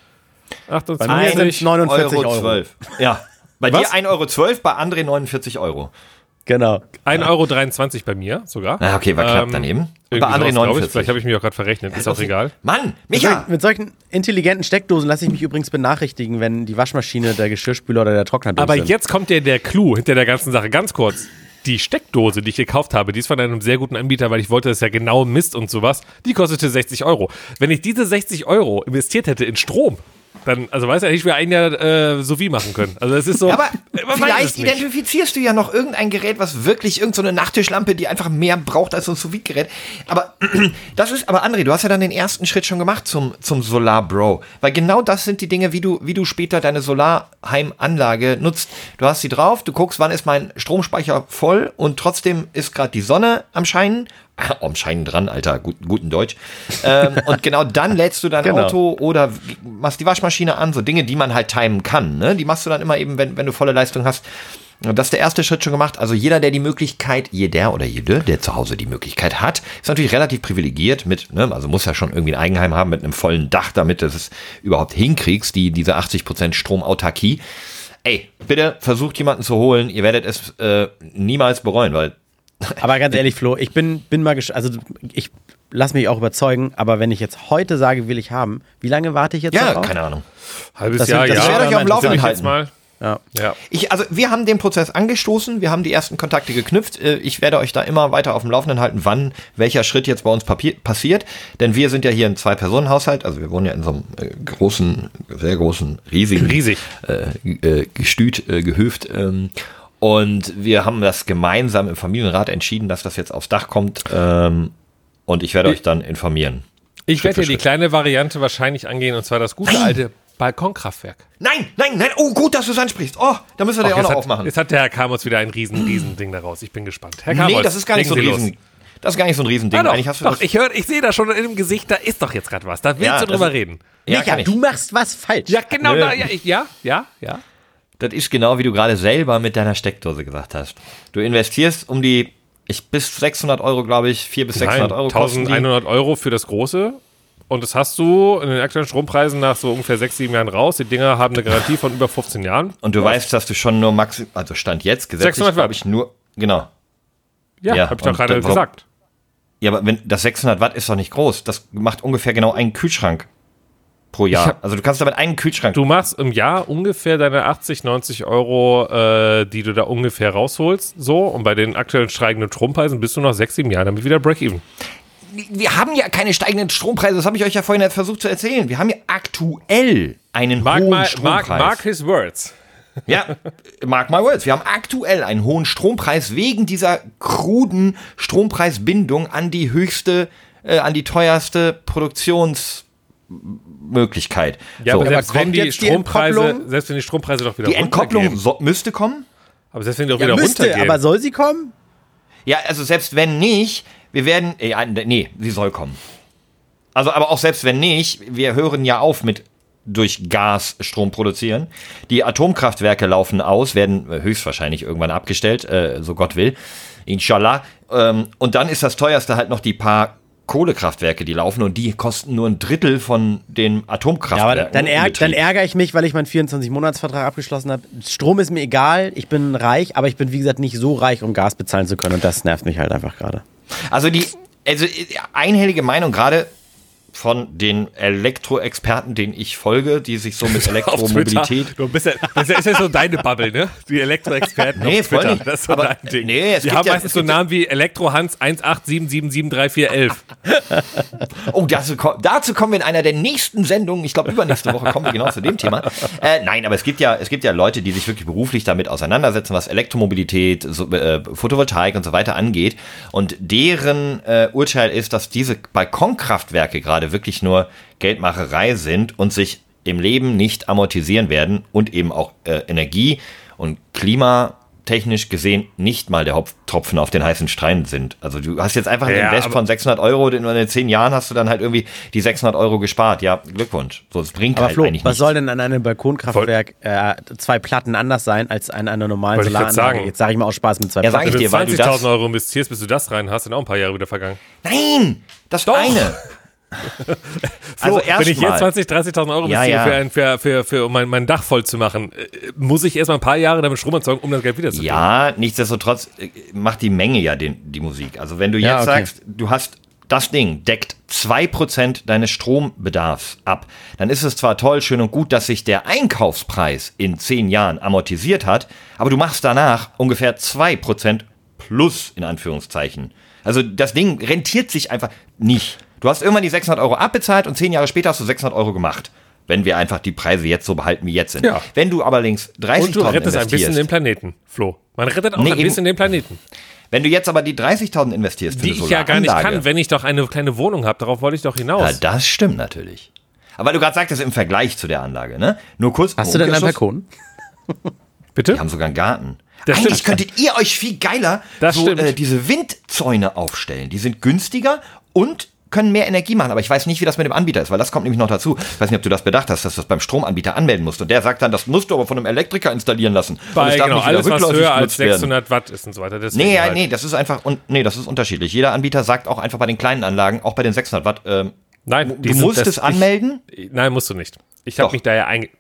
Bei mir sind es neunundvierzig Euro. zwölf. Ja, bei Was? dir ein Euro zwölf, bei André neunundvierzig Euro. Genau. ein Euro dreiundzwanzig bei mir sogar. Ah, okay, war knapp Ähm, daneben. Und Irgendwie bei André sowas, glaub ich. neunundvierzig. Vielleicht habe ich mich auch gerade verrechnet, ist auch egal. Mann, Mit, Micha! solchen, mit solchen intelligenten Steckdosen lasse ich mich übrigens benachrichtigen, wenn die Waschmaschine, der Geschirrspüler oder der Trockner durch Aber sind. jetzt kommt ja der Clou hinter der ganzen Sache. Ganz kurz. Die Steckdose, die ich gekauft habe, die ist von einem sehr guten Anbieter, weil ich wollte, das ja genau misst und sowas, die kostete sechzig Euro. Wenn ich diese sechzig Euro investiert hätte in Strom, dann, also weiß ja nicht, wir ein Jahr äh, so wie machen können. Also es ist so. Aber man weiß es vielleicht nicht. identifizierst du ja noch irgendein Gerät, was wirklich irgendeine so Nachttischlampe, die einfach mehr braucht als so ein Sous-Vide-Gerät. Aber das ist, aber André, du hast ja dann den ersten Schritt schon gemacht zum, zum Solar Bro. Weil genau das sind die Dinge, wie du, wie du später deine Solarheimanlage nutzt. Du hast sie drauf, du guckst, wann ist mein Stromspeicher voll und trotzdem ist gerade die Sonne am Scheinen. Am Scheinen dran, Alter, gut, guten Deutsch. Ähm, und genau dann lädst du dein Genau. Auto oder machst die Waschmaschine an, so Dinge, die man halt timen kann. Ne? Die machst du dann immer eben, wenn, wenn du volle Leistung hast. Das ist der erste Schritt schon gemacht. Also jeder, der die Möglichkeit, jeder oder jede, der zu Hause die Möglichkeit hat, ist natürlich relativ privilegiert mit, ne, also muss ja schon irgendwie ein Eigenheim haben mit einem vollen Dach, damit du es überhaupt hinkriegst, die, diese achtzig Prozent Stromautarkie. Ey, bitte versucht jemanden zu holen, ihr werdet es äh, niemals bereuen, weil Aber ganz ehrlich, Flo, ich bin, bin mal gespannt, also ich lass mich auch überzeugen, aber wenn ich jetzt heute sage, will ich haben, wie lange warte ich jetzt ja, darauf? keine Ahnung. Halbes Das Jahr, sind- das ja. werde ich auf dem Laufenden Jetzt halten. mal. Ja. Ja. Ich, also wir haben den Prozess angestoßen, wir haben die ersten Kontakte geknüpft. Äh, Ich werde euch da immer weiter auf dem Laufenden halten, wann welcher Schritt jetzt bei uns papier- passiert. Denn wir sind ja hier ein Zwei-Personen-Haushalt, also wir wohnen ja in so einem äh, großen, sehr großen, riesigen Riesig. Äh, äh, Gestüt, äh, Gehöft. Ähm, und wir haben das gemeinsam im Familienrat entschieden, dass das jetzt aufs Dach kommt. Ähm, und ich werde euch dann informieren. Ich Schritt werde für ja die Schritt. kleine Variante wahrscheinlich angehen, und zwar das gute alte Balkonkraftwerk. Nein, nein, nein. Oh, gut, dass du es ansprichst. Oh, da müssen wir den Och, auch jetzt, noch hat, aufmachen. jetzt hat der Herr Kamos wieder ein riesen, riesen Ding daraus. Ich bin gespannt. Herr Kamos, Nee, das ist gar nicht so ein legen Sie Riesen. Das ist gar nicht so ein Riesending. Ah, doch, Eigentlich hast du doch, das. ich höre, ich sehe da schon in dem Gesicht, da ist doch jetzt gerade was. Da willst Ja, du das drüber ist- reden. Ja, Micha, kann ich. du machst was falsch. Ja, genau, Nö. da, ja, ich, ja, ja, ja. Das ist genau, wie du gerade selber mit deiner Steckdose gesagt hast. Du investierst um die, ich bis sechshundert Euro, glaube ich, vierhundert bis sechshundert Euro kosten die. eintausendeinhundert Euro für das große. Und das hast du in den aktuellen Strompreisen nach so ungefähr sechs, sieben Jahren raus. Die Dinger haben eine Garantie von über fünfzehn Jahren. Und du weißt, dass du schon nur maximal, also Stand jetzt gesetzlich, sechshundert Watt. glaube ich, nur, genau. Ja, Ja, habe ich doch und gerade dann- gesagt. Ja, aber wenn das sechshundert Watt ist doch nicht groß. Das macht ungefähr genau einen Kühlschrank pro Jahr. hab- Also du kannst damit einen Kühlschrank. Du machst im Jahr ungefähr deine achtzig, neunzig Euro, äh, die du da ungefähr rausholst. So, und bei den aktuellen steigenden Strompreisen bist du nach sechs, sieben Jahren damit wieder Break-Even. Wir haben ja keine steigenden Strompreise, das habe ich euch ja vorhin versucht zu erzählen. Wir haben ja aktuell einen Mark, hohen mal, Strompreis. mark, mark his words. Ja, mark my words. Wir haben aktuell einen hohen Strompreis wegen dieser kruden Strompreisbindung an die höchste, äh, an die teuerste Produktionsmöglichkeit. Ja, so. aber aber selbst wenn kommt die jetzt die Strompreise, Entkopplung? selbst wenn die Strompreise doch wieder Die Entkopplung runtergehen. so, müsste kommen. Aber selbst wenn die doch Ja, wieder müsste, runtergehen. aber soll sie kommen? Ja, also selbst wenn nicht, wir werden, äh, ja, nee, sie soll kommen. Also, aber auch selbst wenn nicht, wir hören ja auf mit durch Gas Strom produzieren. Die Atomkraftwerke laufen aus, werden höchstwahrscheinlich irgendwann abgestellt, äh, so Gott will. Inshallah. Ähm, und dann ist das teuerste halt noch die paar Kohlekraftwerke, die laufen und die kosten nur ein Drittel von den Ja, aber Atomkraftwerken. dann, im ärg Betrieb. dann ärgere ich mich, weil ich meinen vierundzwanzig-Monats-Vertrag abgeschlossen habe. Strom ist mir egal, ich bin reich, aber ich bin, wie gesagt, nicht so reich, um Gas bezahlen zu können. Und das nervt mich halt einfach gerade. Also die also einhellige Meinung gerade von den Elektroexperten, denen ich folge, die sich so mit Auf Twitter. Elektromobilität. Du bist ja, das ist ja so deine Bubble, ne? Die Elektroexperten Nee, auf voll Twitter. nicht. Das ist so Aber, dein Ding. nee, es Die gibt haben ja- meistens es so gibt ja- Namen wie Elektrohans eins acht sieben sieben sieben drei vier elf. Oh, dazu, ko- dazu kommen wir in einer der nächsten Sendungen. Ich glaube, übernächste Woche kommen wir genau zu dem Thema. Äh, nein, aber es gibt ja, es gibt ja Leute, die sich wirklich beruflich damit auseinandersetzen, was Elektromobilität, so, äh, Photovoltaik und so weiter angeht. Und deren äh, Urteil ist, dass diese Balkonkraftwerke gerade wirklich nur Geldmacherei sind und sich im Leben nicht amortisieren werden und eben auch äh, Energie und Klima technisch gesehen nicht mal der Hopftropfen auf den heißen Stein sind. Also du hast jetzt einfach einen Ja, Invest aber- von sechshundert Euro, in den zehn Jahren hast du dann halt irgendwie die sechshundert Euro gespart. Ja, Glückwunsch. So, es bringt Aber halt Flo, eigentlich was nichts. soll denn an einem Balkonkraftwerk äh, zwei Platten anders sein als an einer normalen Wollte ich grad Solaranlage? sagen. Jetzt sage ich mal aus Spaß mit zwei Ja, sag Platten. ich Wenn du dir, weil du das- zwanzigtausend Euro investierst, bis du das rein hast, sind auch ein paar Jahre wieder vergangen. Nein! Das Doch. eine. Flo, Also wenn ich jetzt erstmal. zwanzig, dreißigtausend Euro Ja, investiere, ja. Für, ein, für, für, für, um mein, mein Dach voll zu machen, äh, muss ich erstmal ein paar Jahre damit Strom erzeugen, um das Geld wiederzukriegen. Ja, nichtsdestotrotz äh, macht die Menge ja den, die Musik. Also wenn du jetzt Ja, okay. sagst, du hast das Ding, deckt zwei Prozent deines Strombedarfs ab, dann ist es zwar toll, schön und gut, dass sich der Einkaufspreis in zehn Jahren amortisiert hat, aber du machst danach ungefähr zwei Prozent plus, in Anführungszeichen. Also das Ding rentiert sich einfach nicht. Du hast irgendwann die sechshundert Euro abbezahlt und zehn Jahre später hast du sechshundert Euro gemacht. Wenn wir einfach die Preise jetzt so behalten, wie jetzt sind. Ja. Wenn du aber links Und du dreißigtausend rettest ein bisschen investierst, den Planeten, Flo. Man rettet auch Nee, ein eben- bisschen den Planeten. wenn du jetzt aber die dreißigtausend investierst für Die eine ich ja gar nicht Solaranlage, kann, wenn ich doch eine kleine Wohnung habe. Darauf wollte ich doch ja, hinaus. das stimmt natürlich. Aber weil du gerade sagtest, im Vergleich zu der Anlage, ne? Nur kurz. Hast du denn einen Umkehrschluss, Balkon? Bitte? Die haben sogar einen Garten. Das Eigentlich stimmt. könntet ihr euch viel geiler Das so stimmt. äh, diese Windzäune aufstellen. Die sind günstiger und können mehr Energie machen. Aber ich weiß nicht, wie das mit dem Anbieter ist, weil das kommt nämlich noch dazu. Ich weiß nicht, ob du das bedacht hast, dass du das beim Stromanbieter anmelden musst. Und der sagt dann, das musst du aber von einem Elektriker installieren lassen. Und Bei es darf genau, nicht wieder alles, was rückläufig höher als genutzt werden. sechshundert Watt ist und so weiter. Deswegen Nee, ja, halt. nee, das ist einfach, und, nee, das ist unterschiedlich. Jeder Anbieter sagt auch einfach bei den kleinen Anlagen, auch bei den sechshundert Watt, ähm, Nein, du die sind- musst das- es anmelden. Ich, nein, musst du nicht. Ich habe Doch. mich da ja einge...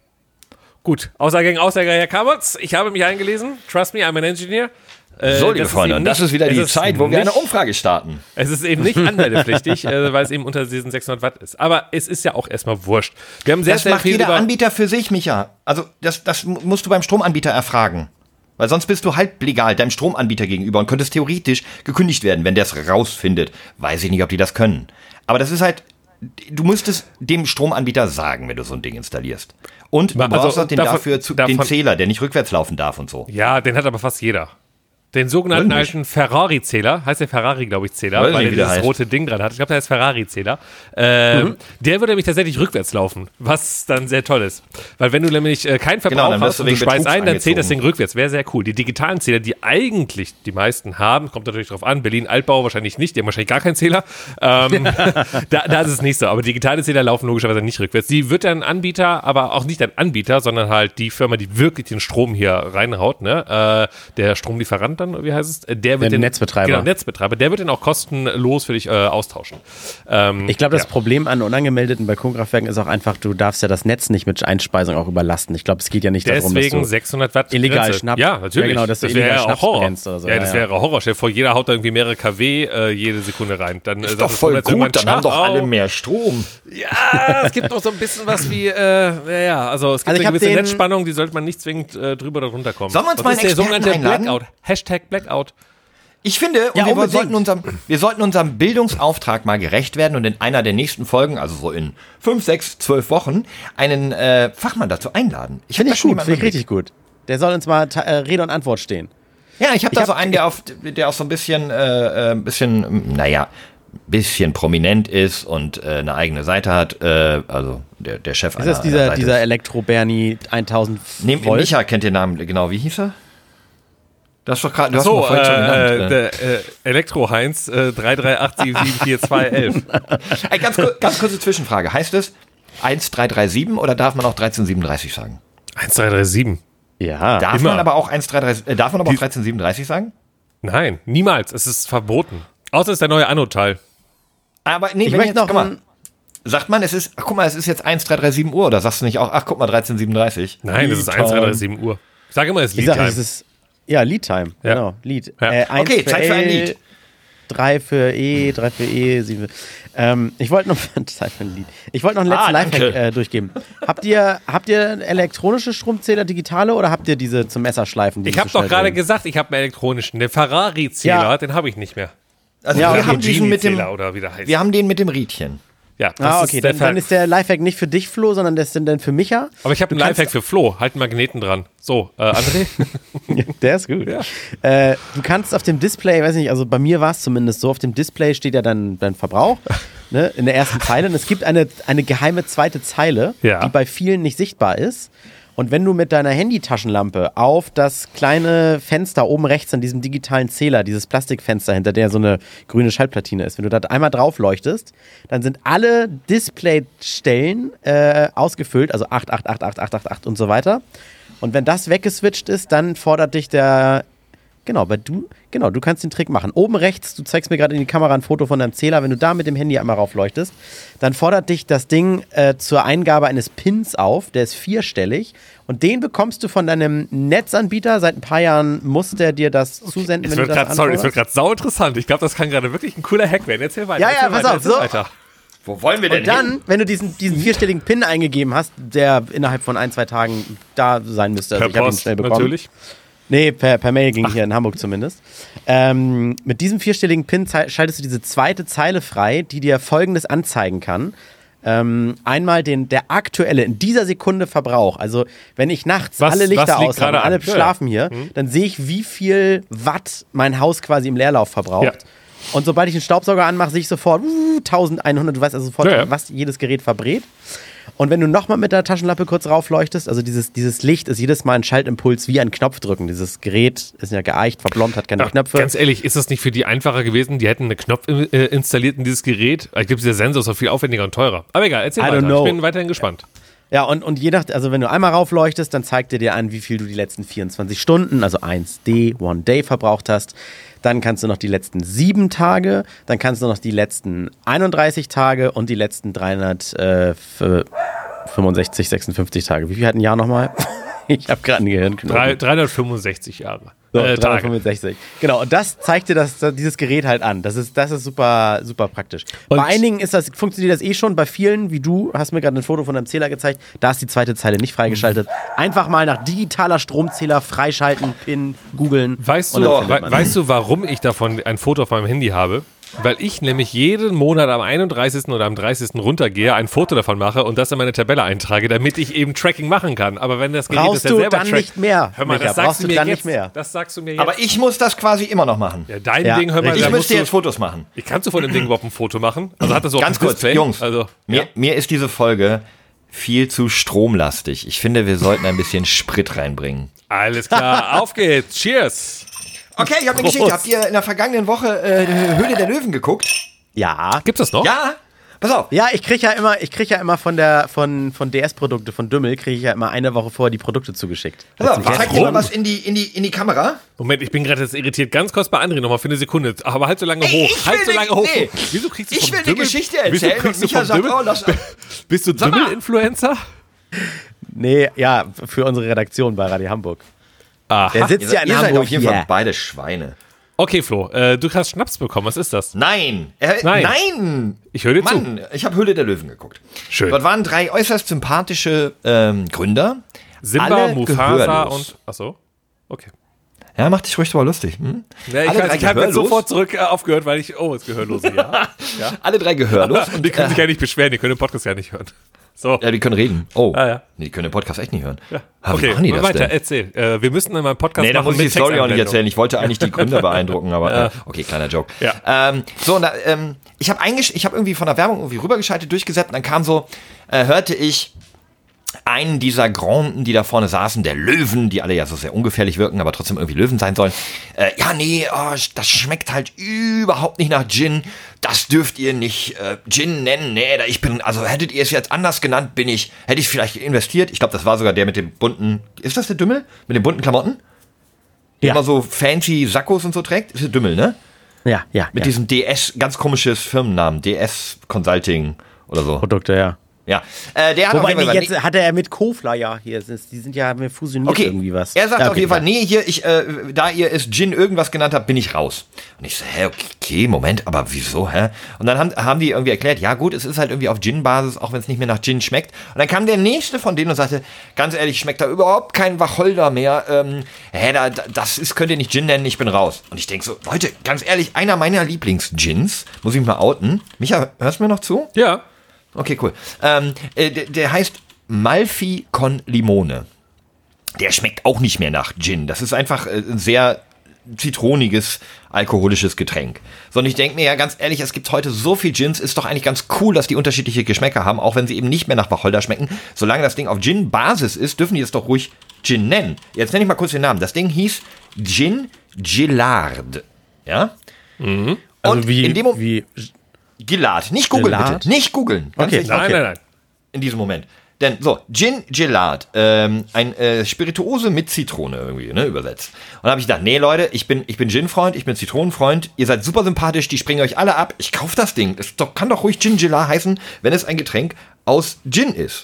Gut, Aussage gegen Aussage, Herr Kamerz. Ich habe mich eingelesen. Trust me, I'm an engineer. Äh, So, liebe das ist Freunde, eben und das nicht- ist wieder es die ist Zeit, wo wir eine nicht- Umfrage starten. Es ist eben nicht anmeldepflichtig, äh, weil es eben unter diesen sechshundert Watt ist. Aber es ist ja auch erstmal wurscht. Wir haben sehr, Das sehr macht viel jeder über... Anbieter für sich, Micha. Also das, das musst du beim Stromanbieter erfragen. Weil sonst bist du halblegal deinem Stromanbieter gegenüber und könntest theoretisch gekündigt werden, wenn der es rausfindet. Weiß ich nicht, ob die das können. Aber das ist halt, du müsstest dem Stromanbieter sagen, wenn du so ein Ding installierst. Und du Also, brauchst auch den, davon- dafür zu, davon- den Zähler, der nicht rückwärts laufen darf und so. Ja, den hat aber fast jeder. Den sogenannten Weiß nicht. alten Ferrari-Zähler, heißt der Ferrari, glaube ich, Zähler, Weiß weil nicht, er wie der dieses heißt. rote Ding dran hat. Ich glaube, der heißt Ferrari-Zähler. Ähm, Mhm. Der würde nämlich tatsächlich rückwärts laufen, was dann sehr toll ist. Weil wenn du nämlich äh, keinen Verbrauch Genau, dann wirst hast du und du wegen speist Betrugs ein, dann zählt das Ding angezogen. rückwärts. Wäre sehr cool. Die digitalen Zähler, die eigentlich die meisten haben, kommt natürlich drauf an, Berlin-Altbau wahrscheinlich nicht, die haben wahrscheinlich gar keinen Zähler. Ähm, da, da ist es nicht so. Aber digitale Zähler laufen logischerweise nicht rückwärts. Die wird ein Anbieter, aber auch nicht ein Anbieter, sondern halt die Firma, die wirklich den Strom hier reinhaut, ne? Äh, der Stromlieferant dann, wie heißt es? Der wird Der den Netzbetreiber. Genau, Netzbetreiber. Der wird den auch kostenlos für dich äh, austauschen. Ähm, Ich glaube, das ja. Problem an unangemeldeten Balkonkraftwerken ist auch einfach, du darfst ja das Netz nicht mit Einspeisung auch überlasten. Ich glaube, es geht ja nicht darum, Deswegen dass du sechshundert Watt illegal Grenze. Schnapp- Ja, natürlich. Ja, genau, dass du das illegal wäre Schnaps auch Horror. brennst oder so. Ja, Ja, das ja. wäre Horror. Stell dir vor, jeder haut da irgendwie mehrere Kilowatt äh, jede Sekunde rein. Dann, äh, sagt das Stromnetz irgendwann, ciao. mehr Strom. Ja, es gibt noch so ein bisschen was wie, äh, ja, ja, also es gibt Also ich eine hab gewisse den- Netzspannung, die sollte man nicht zwingend äh, drüber oder runter kommen. Sollen wir uns das mal ist einen der sogenannte Experten einladen? Blackout. Hashtag Blackout. Ich finde, und Ja, wir, unbedingt. sollten unserem, wir sollten unserem Bildungsauftrag mal gerecht werden und in einer der nächsten Folgen, also so in fünf, sechs, zwölf Wochen, einen äh, Fachmann dazu einladen. Ich hab Finde da ich schon gut, jemanden finde ich im richtig gut. Der soll uns mal ta- äh, Rede und Antwort stehen. Blick. Ja, ich habe da hab- so einen, der, auf, der auch so ein bisschen, äh, äh, ein bisschen, naja, bisschen prominent ist und äh, eine eigene Seite hat. Äh, also der, der Chef Ist einer, das einer dieser, Seite dieser ist. Elektro-Bernie tausend Nehmt Volt? Micha kennt den Namen, genau, wie hieß er? Das ist doch gerade, du hast ihn So, doch vorhin schon äh, genannt. der äh, Elektro-Heinz äh, drei drei acht sieben sieben vier zwei elf. Ey, ganz, kur- ganz kurze Zwischenfrage. Heißt es eins drei drei sieben oder darf man auch dreizehn siebenunddreißig sagen? eins drei drei sieben. Ja. Darf Immer. man aber auch eins drei drei, äh, darf man aber auch dreizehn siebenunddreißig sagen? Nein, niemals. Es ist verboten. Außer es ist der neue Anno-Teil. Aber nee, Ich wenn möchte jetzt, noch guck mal, ein, sagt man, es ist, ach, guck mal, es ist jetzt eins drei drei sieben Uhr, oder sagst du nicht auch, ach guck mal, dreizehn siebenunddreißig? Nein, es ist eins drei drei sieben Uhr. Ich sage immer, es ist ich sage, Lead-Time. es ist, ja, Lead-Time, Ja. genau, Lead. Ja. Äh, eins Okay, Zeit für ein L, Lied. drei für E, drei für E, sieben für, ähm, ich wollte noch, Zeit für ein Lied. Ich wollte noch einen letzten Ah, Lifehack danke. äh, durchgeben. Habt ihr, habt ihr elektronische Stromzähler, digitale, oder habt ihr diese zum Messerschleifen? die Ich so habe doch schnell gerade drehen? gesagt, ich habe einen elektronischen. Den Ferrari-Zähler, Ja. den habe ich nicht mehr. Also Ja, wir okay, haben diesen mit dem, Genie-Zähler oder wie der heißt. wir haben den mit dem Riedchen. Ja, das Ah, ist okay, der dann, dann Fer- ist der Lifehack nicht für dich, Flo, sondern der ist dann für Micha. Aber ich habe einen Du kannst- Lifehack für Flo. Halt einen Magneten dran. So, äh, André? Der ist gut. Ja. Äh, du kannst auf dem Display, weiß nicht, also bei mir war es zumindest so, auf dem Display steht ja dann dein Verbrauch ne, in der ersten Zeile. Und es gibt eine, eine geheime zweite Zeile, Ja. die bei vielen nicht sichtbar ist. Und wenn du mit deiner Handytaschenlampe auf das kleine Fenster oben rechts an diesem digitalen Zähler, dieses Plastikfenster, hinter der so eine grüne Schaltplatine ist, wenn du da einmal drauf leuchtest, dann sind alle Displaystellen äh, ausgefüllt, also acht, acht, acht, acht, acht, acht, acht und so weiter. Und wenn das weggeswitcht ist, dann fordert dich der... Genau, weil du, genau, du kannst den Trick machen. Oben rechts, du zeigst mir gerade in die Kamera ein Foto von deinem Zähler, wenn du da mit dem Handy einmal raufleuchtest, dann fordert dich das Ding äh, zur Eingabe eines Pins auf, der ist vierstellig und den bekommst du von deinem Netzanbieter. Seit ein paar Jahren muss der dir das zusenden, Es wenn wird du das grad, sorry, es wird anforderst. gerade sau interessant. Ich glaube, das kann gerade wirklich ein cooler Hack werden. Erzähl weiter. Ja, erzähl ja, pass weiter, auf, erzähl so. weiter. Wo wollen wir denn Und dann, hin? wenn du diesen, diesen vierstelligen Pin eingegeben hast, der innerhalb von ein, zwei Tagen da sein müsste, also Per ich habe ihn Post, schnell bekommen. natürlich. Nee, per, per Mail ging hier in Hamburg zumindest. Ähm, mit diesem vierstelligen Pin zei- schaltest du diese zweite Zeile frei, die dir Folgendes anzeigen kann. Ähm, einmal den, der aktuelle, in dieser Sekunde Verbrauch. Also wenn ich nachts Was- alle Lichter was liegt aus habe gerade und alle an? Ja, schlafen hier, dann sehe ich, wie viel Watt mein Haus quasi im Leerlauf verbraucht. Ja. Und sobald ich den Staubsauger anmache, sehe ich sofort uh, eintausendeinhundert, du weißt also sofort, Ja, ja. was jedes Gerät verbrät. Und wenn du nochmal mit der Taschenlampe kurz raufleuchtest, also dieses, dieses Licht ist jedes Mal ein Schaltimpuls wie ein Knopf drücken. Dieses Gerät ist ja geeicht, verblombt, hat keine Ja, Knöpfe. ganz ehrlich, ist das nicht für die einfacher gewesen? Die hätten einen Knopf äh, installiert in dieses Gerät. Ich glaube, dieser Sensor ist auch viel aufwendiger und teurer. Aber egal, erzähl I weiter. don't know. Ich bin weiterhin gespannt. Ja, und, und je nach, also wenn du einmal raufleuchtest, dann zeigt er dir an, wie viel du die letzten vierundzwanzig Stunden, also eins D, One Day verbraucht hast. Dann kannst du noch die letzten sieben Tage, dann kannst du noch die letzten einunddreißig Tage und die letzten dreihundertfünfundsechzig, sechsundfünfzig Tage. Wie viel hat ein Jahr nochmal? Ich habe gerade einen Gehirnknoten. Drei- dreihundertfünfundsechzig Jahre. So, äh, Tage. dreihundertfünfundsechzig. Genau, und das zeigt dir das, dieses Gerät halt an. Das ist, das ist super, super praktisch. Und- bei einigen ist das, funktioniert das eh schon, bei vielen, wie du, hast mir gerade ein Foto von deinem Zähler gezeigt, da ist die zweite Zeile nicht freigeschaltet. Einfach mal nach digitaler Stromzähler freischalten, Pin, googeln. Weißt und du, dann we findet man weißt du, warum ich davon ein Foto auf meinem Handy habe? Weil ich nämlich jeden Monat am einunddreißigsten oder am dreißigsten runtergehe, ein Foto davon mache und das in meine Tabelle eintrage, damit ich eben Tracking machen kann. Aber wenn das Gerät Brauchst das ja du selber dann trackt, nicht mehr, Hör mal, Micha, das sagst brauchst du du mir dann jetzt. nicht mehr. Das sagst du mir jetzt. Aber ich muss das quasi immer noch machen. ja, dein Ja, Ding, hör mal, richtig. da Ich musst müsste du, jetzt Fotos machen. ich kannst du von dem Ding überhaupt ein Foto machen? Also hat das auch Ganz ein kurz, Display? Jungs. Also, Mir, ja. mir ist diese Folge viel zu stromlastig. Ich finde, wir sollten ein bisschen Sprit reinbringen. Alles klar, auf geht's. Cheers. Okay, ich habe eine Prost. Geschichte. Habt ihr in der vergangenen Woche äh, Höhle der Löwen geguckt? Ja. Gibt's das noch? Ja? Pass auf. Ja, ich kriege ja immer, ich krieg ja immer von der von, von D S-Produkte, von Dümmel, kriege ich ja immer eine Woche vorher die Produkte zugeschickt. Pass auf, Letzten ich zeig dir Februar. mal was in die, in die, in die Kamera. Moment, ich bin gerade jetzt irritiert. Ganz kurz bei André nochmal für eine Sekunde. Aber halt so lange Ey, hoch. ich Halt will so ne- lange hoch. nee. Wieso kriegst du Ich vom will eine Dümmel- Geschichte Wieso erzählen kriegst und du Micha vom sagt, Dümmel- oh, lass- Bist du Sag mal. Dümmel-Influencer? Nee, ja, für unsere Redaktion bei Radio Hamburg. Aha. Der sitzt Ihr, ja seid, in ihr seid Hamburg. auf jeden yeah. Fall beide Schweine. Okay, Flo, äh, du hast Schnaps bekommen. Was ist das? Nein. Äh, Nein. nein. Ich höre dir zu. Mann, ich habe Höhle der Löwen geguckt. Schön. Dort waren drei äußerst sympathische ähm, Gründer. Simba, alle Mufasa gehörlos. und... Achso, okay. Ja, mach dich ruhig drüber lustig. Hm? Ja, ich Alle ich drei habe jetzt gehörlos. sofort zurück äh, aufgehört, weil ich... Oh, ist Gehörlose, ja. Alle drei gehörlos. Und die können sich ja nicht beschweren, die können den Podcast ja nicht hören. So. Ja, die können reden. Oh, Ah, ja. nee, die können den Podcast echt nicht hören. Ja. Ah, wie Okay, machen die das weiter, denn? erzähl. Äh, wir müssen in meinem Podcast Nee, da machen muss ich die mit Story auch nicht Texteinblendung. erzählen. Ich wollte eigentlich die Gründer beeindrucken, aber äh, okay, kleiner Joke. Ja. Ähm, so, und da, ähm, ich habe ich hab irgendwie von der Werbung irgendwie rübergeschaltet, durchgesetzt und dann kam so, äh, hörte ich einen dieser Granden, die da vorne saßen, der Löwen, die alle ja so sehr ungefährlich wirken, aber trotzdem irgendwie Löwen sein sollen. Äh, ja, nee, oh, das schmeckt halt überhaupt nicht nach Gin. Das dürft ihr nicht äh, Gin nennen. Nee, da ich bin, also hättet ihr es jetzt anders genannt, bin ich, hätte ich vielleicht investiert. Ich glaube, das war sogar der mit dem bunten, ist das der Dümmel? Mit den bunten Klamotten? Der Ja. immer so fancy Sakkos und so trägt? Ist der Dümmel, ne? Ja, ja. Mit ja. diesem D S, ganz komisches Firmennamen, D S Consulting oder so. Produkte, ja. Ja, äh, der hat Wobei, auf jeden nee, Fall... jetzt hatte er mit Kofler ja hier. es ist- Die sind ja haben wir fusioniert Okay, irgendwie was. er sagt ja, auf okay, jeden Fall, klar. nee, hier, ich, äh, da ihr es Gin irgendwas genannt habt, bin ich raus. Und ich so, hä, okay, Moment, aber wieso, hä? Und dann haben, haben die irgendwie erklärt, ja gut, es ist halt irgendwie auf Gin-Basis, auch wenn es nicht mehr nach Gin schmeckt. Und dann kam der nächste von denen und sagte, ganz ehrlich, schmeckt da überhaupt kein Wacholder mehr. Ähm, hä, da, das ist, könnt ihr nicht Gin nennen, ich bin raus. Und ich denke so, Leute, ganz ehrlich, einer meiner Lieblings-Gins, muss ich mal outen. Micha, hörst du mir noch zu? Ja. Okay, cool. Ähm, äh, der, der heißt Malfi con Limone. Der schmeckt auch nicht mehr nach Gin. Das ist einfach äh, ein sehr zitroniges, alkoholisches Getränk. So, und ich denke mir ja ganz ehrlich, es gibt heute so viel Gins, ist doch eigentlich ganz cool, dass die unterschiedliche Geschmäcker haben, auch wenn sie eben nicht mehr nach Wacholder schmecken. Solange das Ding auf Gin-Basis ist, dürfen die es doch ruhig Gin nennen. Jetzt nenne ich mal kurz den Namen. Das Ding hieß Gin Gillard. Ja? Mhm. Also und wie, in dem Moment, wie Gillard. Nicht googeln, Gillard? bitte. Nicht googeln. Ganz Okay. wichtig. Nein, nein, nein. In diesem Moment. Denn, so, Gin Gillard, ähm, ein äh, Spirituose mit Zitrone irgendwie, ne, übersetzt. Und da habe ich gedacht, nee, Leute, ich bin, ich bin Gin-Freund, ich bin Zitronenfreund, ihr seid super sympathisch, die springen euch alle ab, ich kauf das Ding. Es doch, kann doch ruhig Gin Gillard heißen, wenn es ein Getränk aus Gin ist.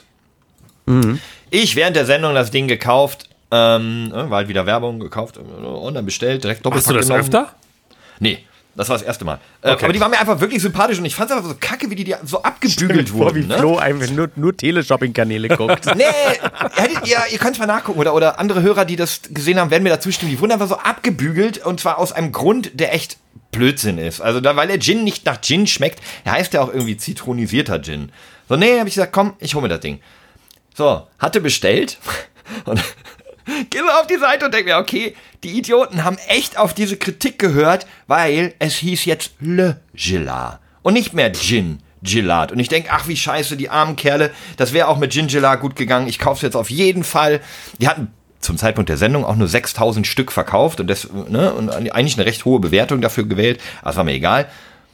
Mhm. Ich während der Sendung das Ding gekauft, ähm, war halt wieder Werbung gekauft und dann bestellt, direkt Doppelpack Hast du das genommen. öfter? Nee. Das war das erste Mal. Äh, Okay. Aber die waren mir einfach wirklich sympathisch und ich fand es einfach so kacke, wie die, die so abgebügelt vor, wie wurden. Ne? Flo einfach nur, nur Teleshopping-Kanäle guckt. Nee, hättet ihr, ihr könnt es mal nachgucken oder, oder andere Hörer, die das gesehen haben, werden mir da zustimmen. Die wurden einfach so abgebügelt und zwar aus einem Grund, der echt Blödsinn ist. Also, da, weil der Gin nicht nach Gin schmeckt, der heißt ja auch irgendwie zitronisierter Gin. So, nee, habe ich gesagt, komm, ich hole mir das Ding. So, hatte bestellt und gehe so auf die Seite und denke mir, okay, die Idioten haben echt auf diese Kritik gehört, weil es hieß jetzt Le Gillard und nicht mehr Gin Gillard. Und ich denke, ach wie scheiße, die armen Kerle, das wäre auch mit Gin Gillard gut gegangen. Ich kaufe es jetzt auf jeden Fall. Die hatten zum Zeitpunkt der Sendung auch nur sechstausend Stück verkauft und, das, ne, und eigentlich eine recht hohe Bewertung dafür gewählt. Aber es war mir egal.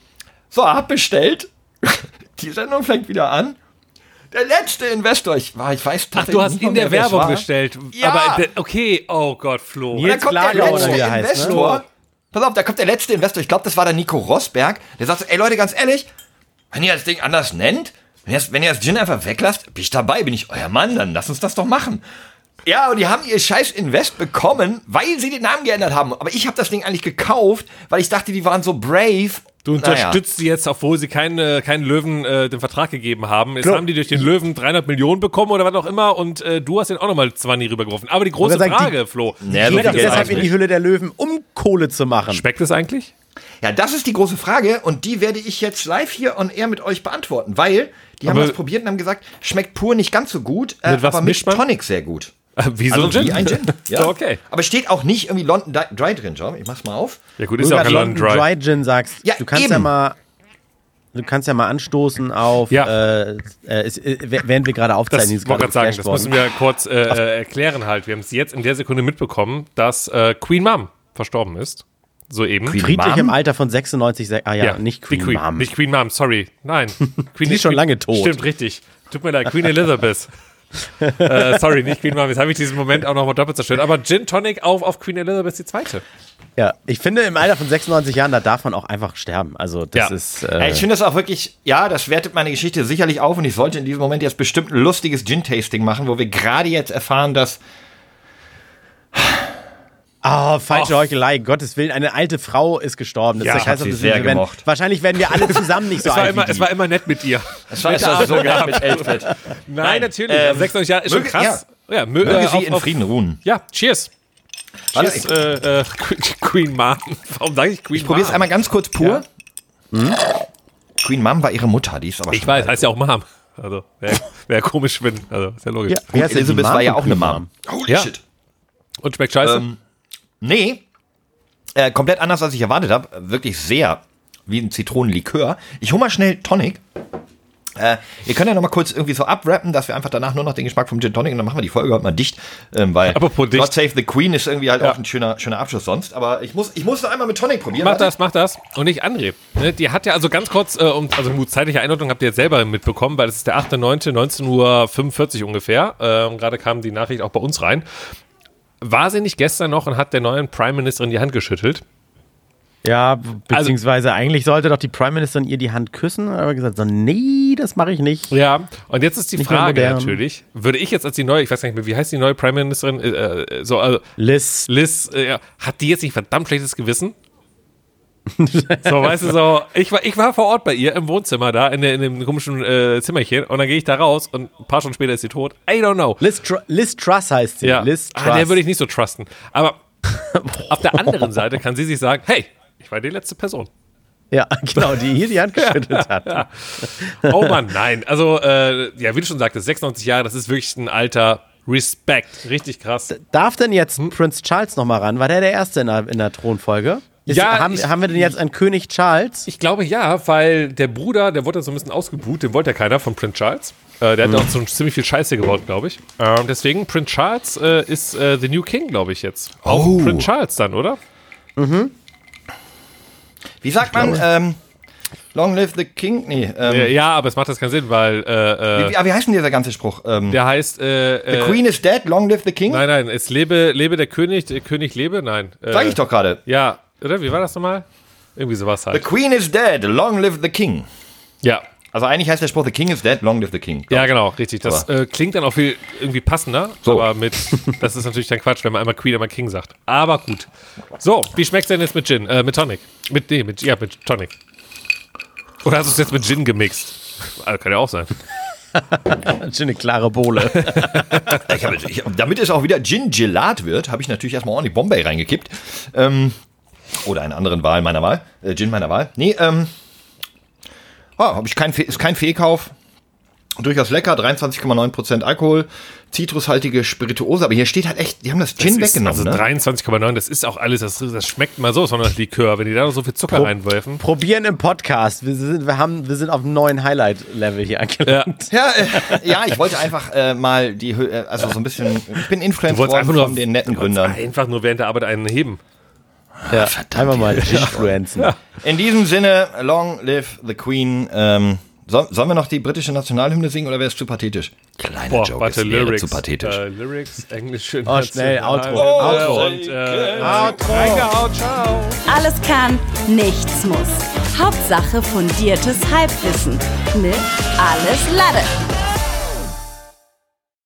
So, hab bestellt. Die Sendung fängt wieder an. Der letzte Investor, ich, war, ich weiß Ach, tatsächlich du hast nicht in mehr, der wer es Werbung war. bestellt. Ja. Aber, de- okay, oh Gott, Flo. Und dann Nils kommt der Klargau, letzte oder wie der heißt, ne? Investor. Pass auf, da kommt der letzte Investor. Ich glaube, das war der Nico Rosberg. Der sagt so, ey Leute, ganz ehrlich, wenn ihr das Ding anders nennt, wenn ihr das, wenn ihr das Gin einfach weglasst, bin ich dabei, bin ich euer Mann, dann lasst uns das doch machen. Ja, und die haben ihr scheiß Invest bekommen, weil sie den Namen geändert haben. Aber ich habe das Ding eigentlich gekauft, weil ich dachte, die waren so brave. Du Naja. unterstützt sie jetzt, obwohl sie keinen, keinen Löwen äh, den Vertrag gegeben haben. Jetzt Klar. haben die durch den Löwen dreihundert Millionen bekommen oder was auch immer und äh, du hast den auch nochmal zwanzig rübergeworfen. Aber die große Ich wollte sagen, Frage, Flo, Ja, so Geht viel doch Geld deshalb weiß in ich die nicht. Hülle der Löwen, um Kohle zu machen. schmeckt es eigentlich? Ja, das ist die große Frage und die werde ich jetzt live hier on air mit euch beantworten, weil die haben Aber- das probiert und haben gesagt, schmeckt pur nicht ganz so gut, äh, Mit was aber mit mischt man? Tonic sehr gut. Äh, wie so Also ein Gin? wie ein Gin. Ja. Okay. Aber steht auch nicht irgendwie London Di- Dry drin, schau, ich mach's mal auf. Ja gut, Wenn ist du ja auch gerade kein London London Dry. Dry Gin sagst, Ja, du kannst eben. ja mal du kannst ja mal anstoßen auf Ja. äh, äh, es, äh, während wir gerade Das aufzeichnen, ist wollte gerade ich gerade sagen, geflasht das müssen worden. wir kurz äh, äh, erklären halt. Wir haben es jetzt in der Sekunde mitbekommen, dass äh, Queen Mom verstorben ist. Soeben. Queen Friedlich Mom? im Alter von sechsundneunzig, se- ah ja, nicht die Queen, Mom. Nicht Queen Mom, sorry. Nein. Queen Die ist schon lange tot. Stimmt, richtig. Tut mir leid, Queen Elizabeth. äh, sorry, nicht Queen Mom. Jetzt habe ich diesen Moment auch nochmal doppelt zerstört. Aber Gin Tonic auf, auf Queen Elizabeth die Zweite. Ja, ich finde, im Alter von sechsundneunzig Jahren, da darf man auch einfach sterben. Also das Ja. ist Ey, äh, ich finde das auch wirklich, ja, das wertet meine Geschichte sicherlich auf und ich sollte in diesem Moment jetzt bestimmt ein lustiges Gin-Tasting machen, wo wir gerade jetzt erfahren, dass oh, falsche Och. Heuchelei, Gottes Willen, eine alte Frau ist gestorben. Das Ja, ist ich der hab sie Kreis sehr wir werden, gemocht. Wahrscheinlich werden wir alle zusammen nicht so Es war, alt immer, wie es die. war immer nett mit dir. es war, es war so geil mit Elsbeth. Nein, natürlich. ähm, Also sechsundneunzig Jahre ist schon möge- krass. Ja, mö- Möge äh, sie auf, in auf, Frieden ruhen. Ja, cheers. Warte, Cheers, ich- äh, äh, Queen Mom. Warum sage ich Queen Ich probiere es Mom? einmal ganz kurz pur. Hm? Queen Mom war ihre Mutter, die ist aber Ich schon weiß, alt. heißt ja auch Mom. Also, wäre wär komisch, wenn. Also, ist ja logisch. Ja, wer ist denn die Elizabeth Mom war ja von auch eine Queen Mom. Holy Ja. shit. Und schmeckt scheiße? Ähm, nee, äh, komplett anders, als ich erwartet habe. Wirklich sehr wie ein Zitronenlikör. Ich hole mal schnell Tonic. Äh, ihr könnt ja noch mal kurz irgendwie so abwrappen, dass wir einfach danach nur noch den Geschmack vom Gin Tonic und dann machen wir die Folge heute mal dicht, ähm, weil Apropos dicht. God Save the Queen ist irgendwie halt Ja. auch ein schöner, schöner Abschluss sonst. Aber ich muss, ich muss noch einmal mit Tonic probieren. Mach Warte. das, mach das. Und nicht André. Ne, die hat ja also ganz kurz, äh, um, also gut, zeitliche Einordnung habt ihr jetzt selber mitbekommen, weil es ist der achte neunte neunzehn Uhr fünfundvierzig ungefähr. Äh, und gerade kam die Nachricht auch bei uns rein. War sie nicht gestern noch und hat der neuen Prime Ministerin die Hand geschüttelt? Ja, beziehungsweise eigentlich sollte doch die Prime Ministerin ihr die Hand küssen, aber gesagt so, nee, das mache ich nicht. Ja, und jetzt ist die Nicht mehr Frage modern. natürlich, würde ich jetzt als die neue, ich weiß gar nicht mehr, wie heißt die neue Prime Ministerin, äh, äh, so, also Liz, Liz, äh, ja, hat die jetzt nicht verdammt schlechtes Gewissen? So, weißt du, so, ich war, ich war vor Ort bei ihr im Wohnzimmer da, in, der, in dem komischen äh, Zimmerchen, und dann gehe ich da raus und ein paar Stunden später ist sie tot. I don't know. Liz, Tr Liz Truss heißt sie. Ja, Liz Truss. ah, der würde ich nicht so trusten. Aber auf der anderen Seite kann sie sich sagen, hey, ich war die letzte Person. Ja, genau, die hier die Hand geschüttelt hat. Ja. Oh Mann, nein. Also, äh, ja, wie du schon sagtest, sechsundneunzig Jahre, das ist wirklich ein Alter, Respekt, richtig krass. Darf denn jetzt Prinz Charles nochmal ran? War der der Erste in der, in der Thronfolge? Ist, Ja, haben, ich- haben wir denn jetzt einen König Charles? Ich glaube ja, weil der Bruder, der wurde so ein bisschen ausgebuht, den wollte ja keiner von Prince Charles. Äh, der hat auch so ziemlich viel Scheiße gebaut, glaube ich. Ähm, deswegen, Prince Charles äh, ist äh, the new king, glaube ich jetzt. Auch Oh. Prince Charles dann, oder? Wie sagt man? Ähm, Long live the king? Nee. Ähm, Ja, ja, aber es macht das keinen Sinn, weil äh, wie, äh, wie, wie heißt denn dieser ganze Spruch? Ähm, der heißt äh, the äh, Queen is dead, long live the king? Nein, nein, es lebe, lebe der König, der König lebe, nein. Äh, Sag ich doch gerade. Ja, oder? Wie war das nochmal? Irgendwie sowas The halt. Queen is dead, long live the king. Ja. Also eigentlich heißt der Spruch, the king is dead, long live the king. Ja, genau, richtig. Das äh, klingt dann auch viel irgendwie passender, So. aber mit, das ist natürlich dann Quatsch, wenn man einmal Queen, einmal King sagt. Aber gut. So, wie schmeckt's denn jetzt mit Gin? Äh, mit Tonic? Mit, nee, mit, ja, mit Tonic. Oder hast du es jetzt mit Gin gemixt? Also, kann ja auch sein. Eine klare Bohle. Ich hab, ich, damit es auch wieder Gin Gelat wird, habe ich natürlich erstmal ordentlich Bombay reingekippt. Ähm, oder einen anderen Wahl meiner Wahl. Äh, Gin meiner Wahl. Nee, ähm. Ah, hab ich kein, Fe- ist kein Fehlkauf. Durchaus lecker, dreiundzwanzig Komma neun Prozent Alkohol, zitrushaltige Spirituose, aber hier steht halt echt, die haben das Gin Das ist, weggenommen, also ne? dreiundzwanzig Komma neun, das ist auch alles, das, das schmeckt mal so, sondern Likör, wenn die da noch so viel Zucker Pro- reinwerfen. Probieren im Podcast. Wir sind, wir haben, wir sind auf einem neuen Highlight-Level hier angelangt. Ja. Ja, äh, ja, ich wollte einfach äh, mal die, Hö- äh, also so ein bisschen, ich bin Influencer Du wolltest einfach worden nur von den netten du wolltest Gründern. einfach nur während der Arbeit einen heben. Ja, einfach mal influenzen. In diesem Sinne, long live the Queen. Ähm, soll, sollen wir noch die britische Nationalhymne singen oder wäre es zu pathetisch? Kleiner Boah, Joke, warte, es wäre Lyrics. zu pathetisch. Äh, Lyrics, englische. Oh, schnell, National- Outro. Äh, Outro. Und, äh, Outro. Reingehauen, ciao. Alles kann, nichts muss. Hauptsache fundiertes Halbwissen mit Alles Lade.